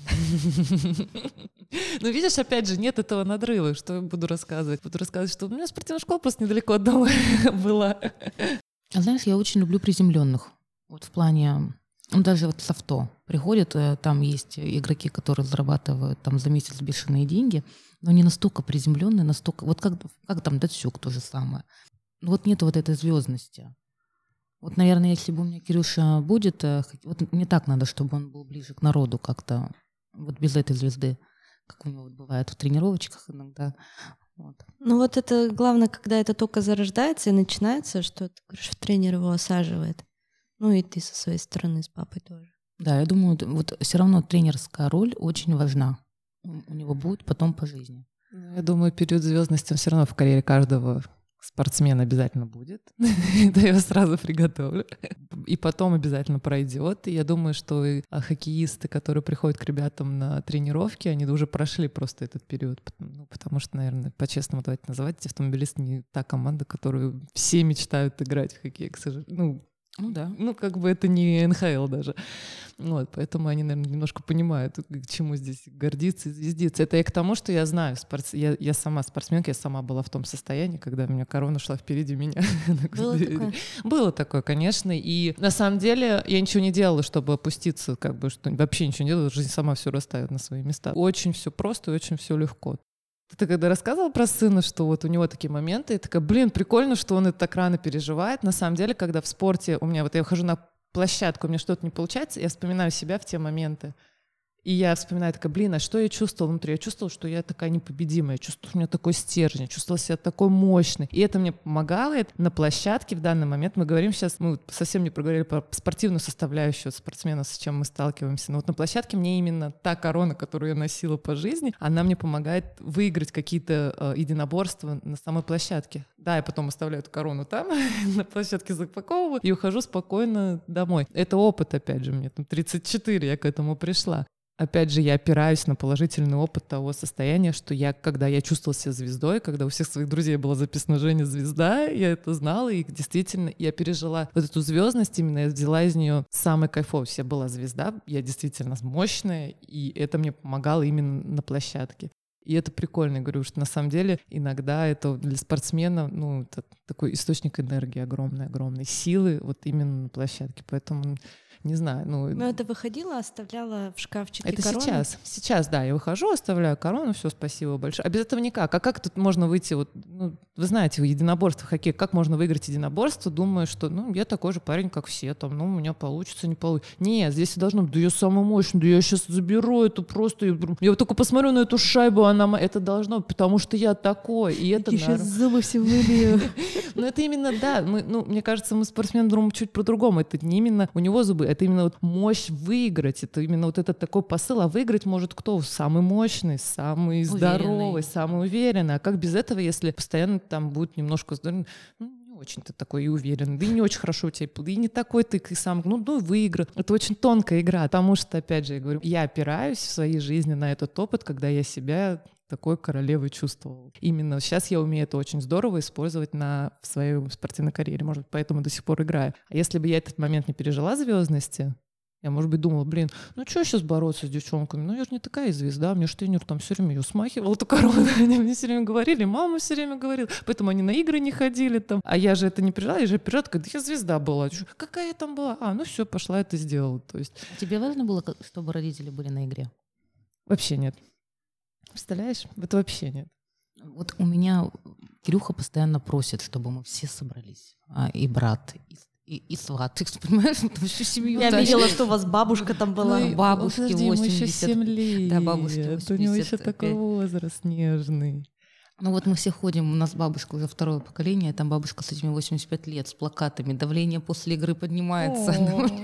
Ну, видишь, опять же, нет этого надрыва, что я буду рассказывать. Буду рассказывать, что у меня спортивная школа просто недалеко от дома была. Знаешь, я очень люблю приземленных. Вот в плане... Ну, даже вот с авто приходят, там есть игроки, которые зарабатывают там за месяц бешеные деньги, но не настолько приземленные, настолько... Вот как, как там Датсюк то же самое. Вот нету вот этой звездности. Вот, наверное, если бы у меня Кирюша будет, вот мне так надо, чтобы он был ближе к народу как-то, вот без этой звезды, как у него вот бывает в тренировочках иногда. Вот. Ну вот это главное, когда это только зарождается и начинается, что ты говоришь, тренер его осаживает. Ну и ты со своей стороны, с папой тоже. Да, я думаю, вот все равно тренерская роль очень важна. У него будет потом по жизни. Я думаю, период звездности все равно в карьере каждого спортсмена обязательно будет. Это я сразу приготовлю. И потом обязательно пройдет. И я думаю, что и хоккеисты, которые приходят к ребятам на тренировки, они уже прошли просто этот период. Ну, потому что, наверное, по-честному давайте называть, автомобилисты не та команда, которую все мечтают играть в хоккей, к сожалению. Ну, Ну да. Ну, как бы это не эн ха эл даже. Вот, поэтому они, наверное, немножко понимают, к чему здесь гордиться и звездиться. Это я к тому, что я знаю, спортс... я, я сама спортсменка, я сама была в том состоянии, когда у меня корона шла впереди меня. Было такое? Было такое, конечно. И на самом деле я ничего не делала, чтобы опуститься, как бы, что вообще ничего не делала, жизнь сама все расставит на свои места. Очень все просто и очень все легко. Ты когда рассказывала про сына, что вот у него такие моменты, я такая, блин, прикольно, что он это так рано переживает. На самом деле, когда в спорте у меня, вот я ухожу на площадку, у меня что-то не получается, я вспоминаю себя в те моменты. И я вспоминаю, такая, блин, а что я чувствовала внутри? Я чувствовала, что я такая непобедимая, я чувствовала, что у меня такой стержень, я чувствовала себя такой мощной. И это мне помогало на площадке в данный момент. Мы говорим сейчас, мы совсем не проговорили про спортивную составляющую спортсмена, с чем мы сталкиваемся. Но вот на площадке мне именно та корона, которую я носила по жизни, она мне помогает выиграть какие-то э, единоборства на самой площадке. Да, я потом оставляю эту корону там, на площадке запаковываю и ухожу спокойно домой. Это опыт, опять же, мне там тридцать четыре, я к этому пришла. Опять же, я опираюсь на положительный опыт того состояния, что я, когда я чувствовала себя звездой, когда у всех своих друзей было записано «Женя звезда», я это знала, и действительно я пережила вот эту звездность, именно я взяла из нее самый кайфовый. Я была звезда, я действительно мощная, и это мне помогало именно на площадке. И это прикольно, я говорю, что на самом деле иногда это для спортсмена, ну, это такой источник энергии огромной, огромной силы вот именно на площадке. Поэтому не знаю. Ну, Но это выходила, оставляла в шкафчике это корону? сейчас. Сейчас, да, я выхожу, оставляю корону, все, спасибо большое. А без этого никак. А как тут можно выйти, вот, ну, вы знаете, в единоборство хоккей, как можно выиграть единоборство, думая, что, ну, я такой же парень, как все, там, ну, у меня получится, не получится. Нет, здесь должно быть, да я самый мощный, да я сейчас заберу эту просто, я, я вот только посмотрю на эту шайбу, она, это должно, потому что я такой, и это... Я сейчас зубы все вылью. Ну, это именно, да, мы, ну, мне кажется, мы спортсмены думаем чуть по-другому. Это не именно у него зубы, это именно вот мощь выиграть. Это именно вот этот такой посыл. А выиграть может кто? Самый мощный, самый здоровый, уверенный. Самый уверенный. А как без этого, если постоянно там будет немножко здоровый? Ну, не очень ты такой и уверенный, да и не очень хорошо у тебя, да и не такой ты и сам, ну, ну, выиграл. Это очень тонкая игра, потому что, опять же, я говорю, я опираюсь в своей жизни на этот опыт, когда я себя такой королевой чувствовал. Именно сейчас я умею это очень здорово использовать на, в своей спортивной карьере, может быть, поэтому до сих пор играю. А если бы я этот момент не пережила звездности, я, может быть, думала, блин, ну что сейчас бороться с девчонками? Ну я же не такая звезда, мне же тренер там все время ее смахивал, эту корону. Они мне все время говорили, мама все время говорила, поэтому они на игры не ходили там. А я же это не пережила, я же пережила, когда я звезда была. Какая я там была? А, ну все, пошла это сделала. То есть... Тебе важно было, чтобы родители были на игре? Вообще нет. Представляешь? Это вообще нет. Вот у меня Кирюха постоянно просит, чтобы мы все собрались. А, и брат, и, и, и сват. Ты понимаешь, там всю семью. Я тащит. видела, что у вас бабушка там была. Ну, бабушке подожди, восемьдесят. ему еще семь лет. Да, бабушке восемьдесят. Это у него еще такой возраст нежный. Ну вот мы все ходим, у нас бабушка уже второе поколение, там бабушка с этими восемьдесят пять лет, с плакатами, давление после игры поднимается.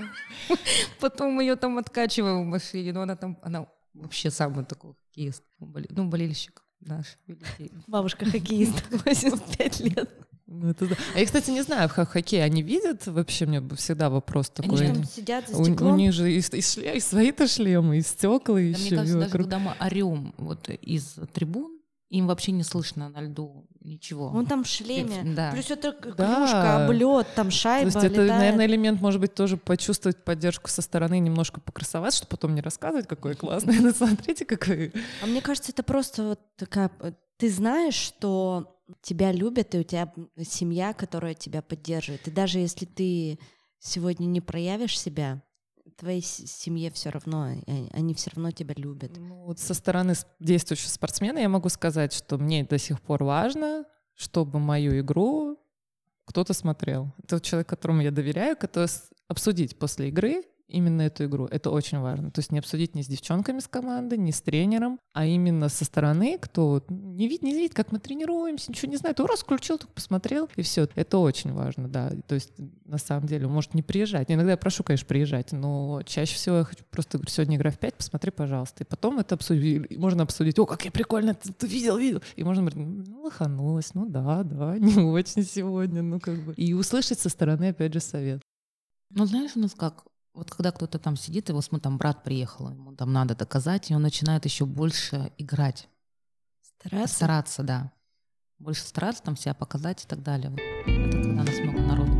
Потом мы ее там откачиваем в машине, но она там, она вообще самый такой хоккеист, ну, болельщик наш великий. Бабушка хоккеист, восемьдесят пять лет. Ну, это да. А я, кстати, не знаю, в хоккее они видят вообще, мне всегда вопрос такой. Они там сидят за у, стеклом. у них же и, и, шлем, и свои-то шлемы, и стекла Да, еще. мне кажется, даже вокруг. когда мы орем вот из трибун, им вообще не слышно на льду ничего. Он там в шлеме. Да. Плюс это Да. клюшка, облет, там шайба То есть это, летает. наверное, элемент, может быть, тоже почувствовать поддержку со стороны, немножко покрасовать, чтобы потом не рассказывать, какой классный. Ну, смотрите, какой... А мне кажется, это просто вот такая... Ты знаешь, что тебя любят, и у тебя семья, которая тебя поддерживает. И даже если ты сегодня не проявишь себя, твоей семье все равно, они все равно тебя любят. Ну, вот со стороны действующего спортсмена я могу сказать, что мне до сих пор важно, чтобы мою игру кто-то смотрел. Это тот человек, которому я доверяю, который обсудить после игры именно эту игру. Это очень важно. То есть не обсудить ни с девчонками с команды, ни с тренером, а именно со стороны, кто не видит, не видит, как мы тренируемся, ничего не знает. Ты раз включил, только посмотрел, и все. Это очень важно, да. То есть на самом деле он может не приезжать. Иногда я прошу, конечно, приезжать, но чаще всего я хочу просто говорю, сегодня игра в пять, посмотри, пожалуйста. И потом это обсудить. Можно обсудить, о, как я прикольно, ты, ты видел, видел. И можно говорить, ну, лоханулась, ну да, да, не очень сегодня, ну как бы. И услышать со стороны, опять же, совет. Ну, знаешь, у нас как? Вот когда кто-то там сидит, его смотрит, там брат приехал, ему там надо доказать, и он начинает еще больше играть. Стараться? Стараться, да. Больше стараться, там себя показать и так далее. Вот. Это когда нас много народу.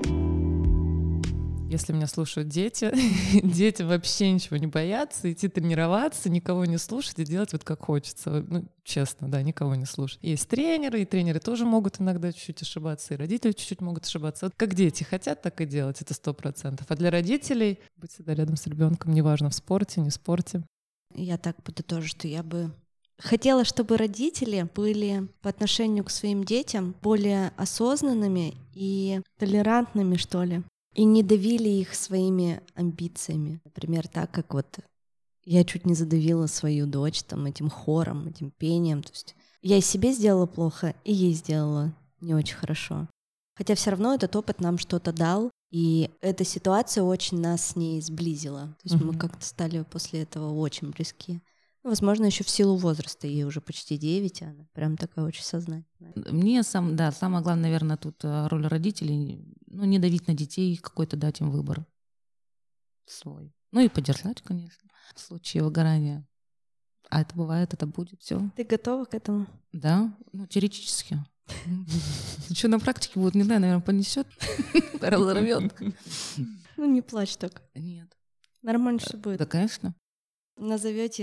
Если меня слушают дети, дети вообще ничего не боятся, идти тренироваться, никого не слушать и делать вот как хочется. Ну, честно, да, никого не слушать. Есть тренеры, и тренеры тоже могут иногда чуть-чуть ошибаться, и родители чуть-чуть могут ошибаться. Вот как дети хотят, так и делать, это сто процентов. А для родителей быть всегда рядом с ребенком, неважно, в спорте, не в спорте. Я так подытожу, что я бы хотела, чтобы родители были по отношению к своим детям более осознанными и толерантными, что ли. И не давили их своими амбициями. Например, так как вот я чуть не задавила свою дочь там этим хором, этим пением. То есть я и себе сделала плохо, и ей сделала не очень хорошо. Хотя все равно этот опыт нам что-то дал, и эта ситуация очень нас с ней сблизила. То есть mm-hmm. мы как-то стали после этого очень близки. Возможно, еще в силу возраста, ей уже почти девять, а она прям такая очень сознательная. Мне сам, да, самое главное, наверное, тут роль родителей, ну, не давить на детей, какой-то дать им выбор свой. Ну и поддержать, конечно, в случае выгорания. А это бывает, это будет, все. Ты готова к этому? Да, ну, теоретически. Что на практике будет, не знаю, наверное, понесет, разорвет. Ну, не плачь так. Нет. Нормально все будет. Да, конечно. Назовете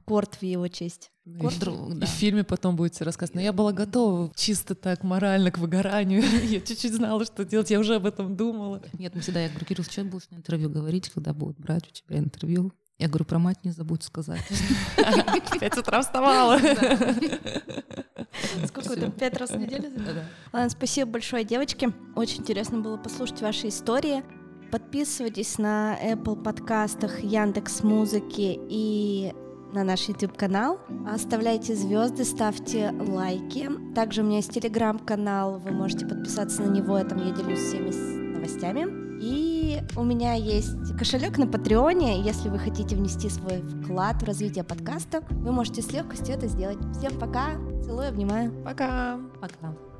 корт в его честь. И, Корт в- друг, и да. в фильме потом будете рассказывать. Но я была готова чисто так морально к выгоранию. Я чуть-чуть знала, что делать. Я уже об этом думала. Нет, мы всегда, я говорю, Кирилл, что будешь на интервью говорить, когда будут брать у тебя интервью? Я говорю, про мать не забудь сказать. В пять утра вставала. Сколько вы там, пять раз в неделю? Ладно, спасибо большое, девочки. Очень интересно было послушать ваши истории. Подписывайтесь на Apple подкастах, Яндекс.Музыке и на наш YouTube-канал. Оставляйте звезды, ставьте лайки. Также у меня есть телеграм-канал, вы можете подписаться на него, я там я делюсь всеми с- новостями. И у меня есть кошелек на Патреоне. Если вы хотите внести свой вклад в развитие подкаста, вы можете с легкостью это сделать. Всем пока, целую, обнимаю. Пока. Пока.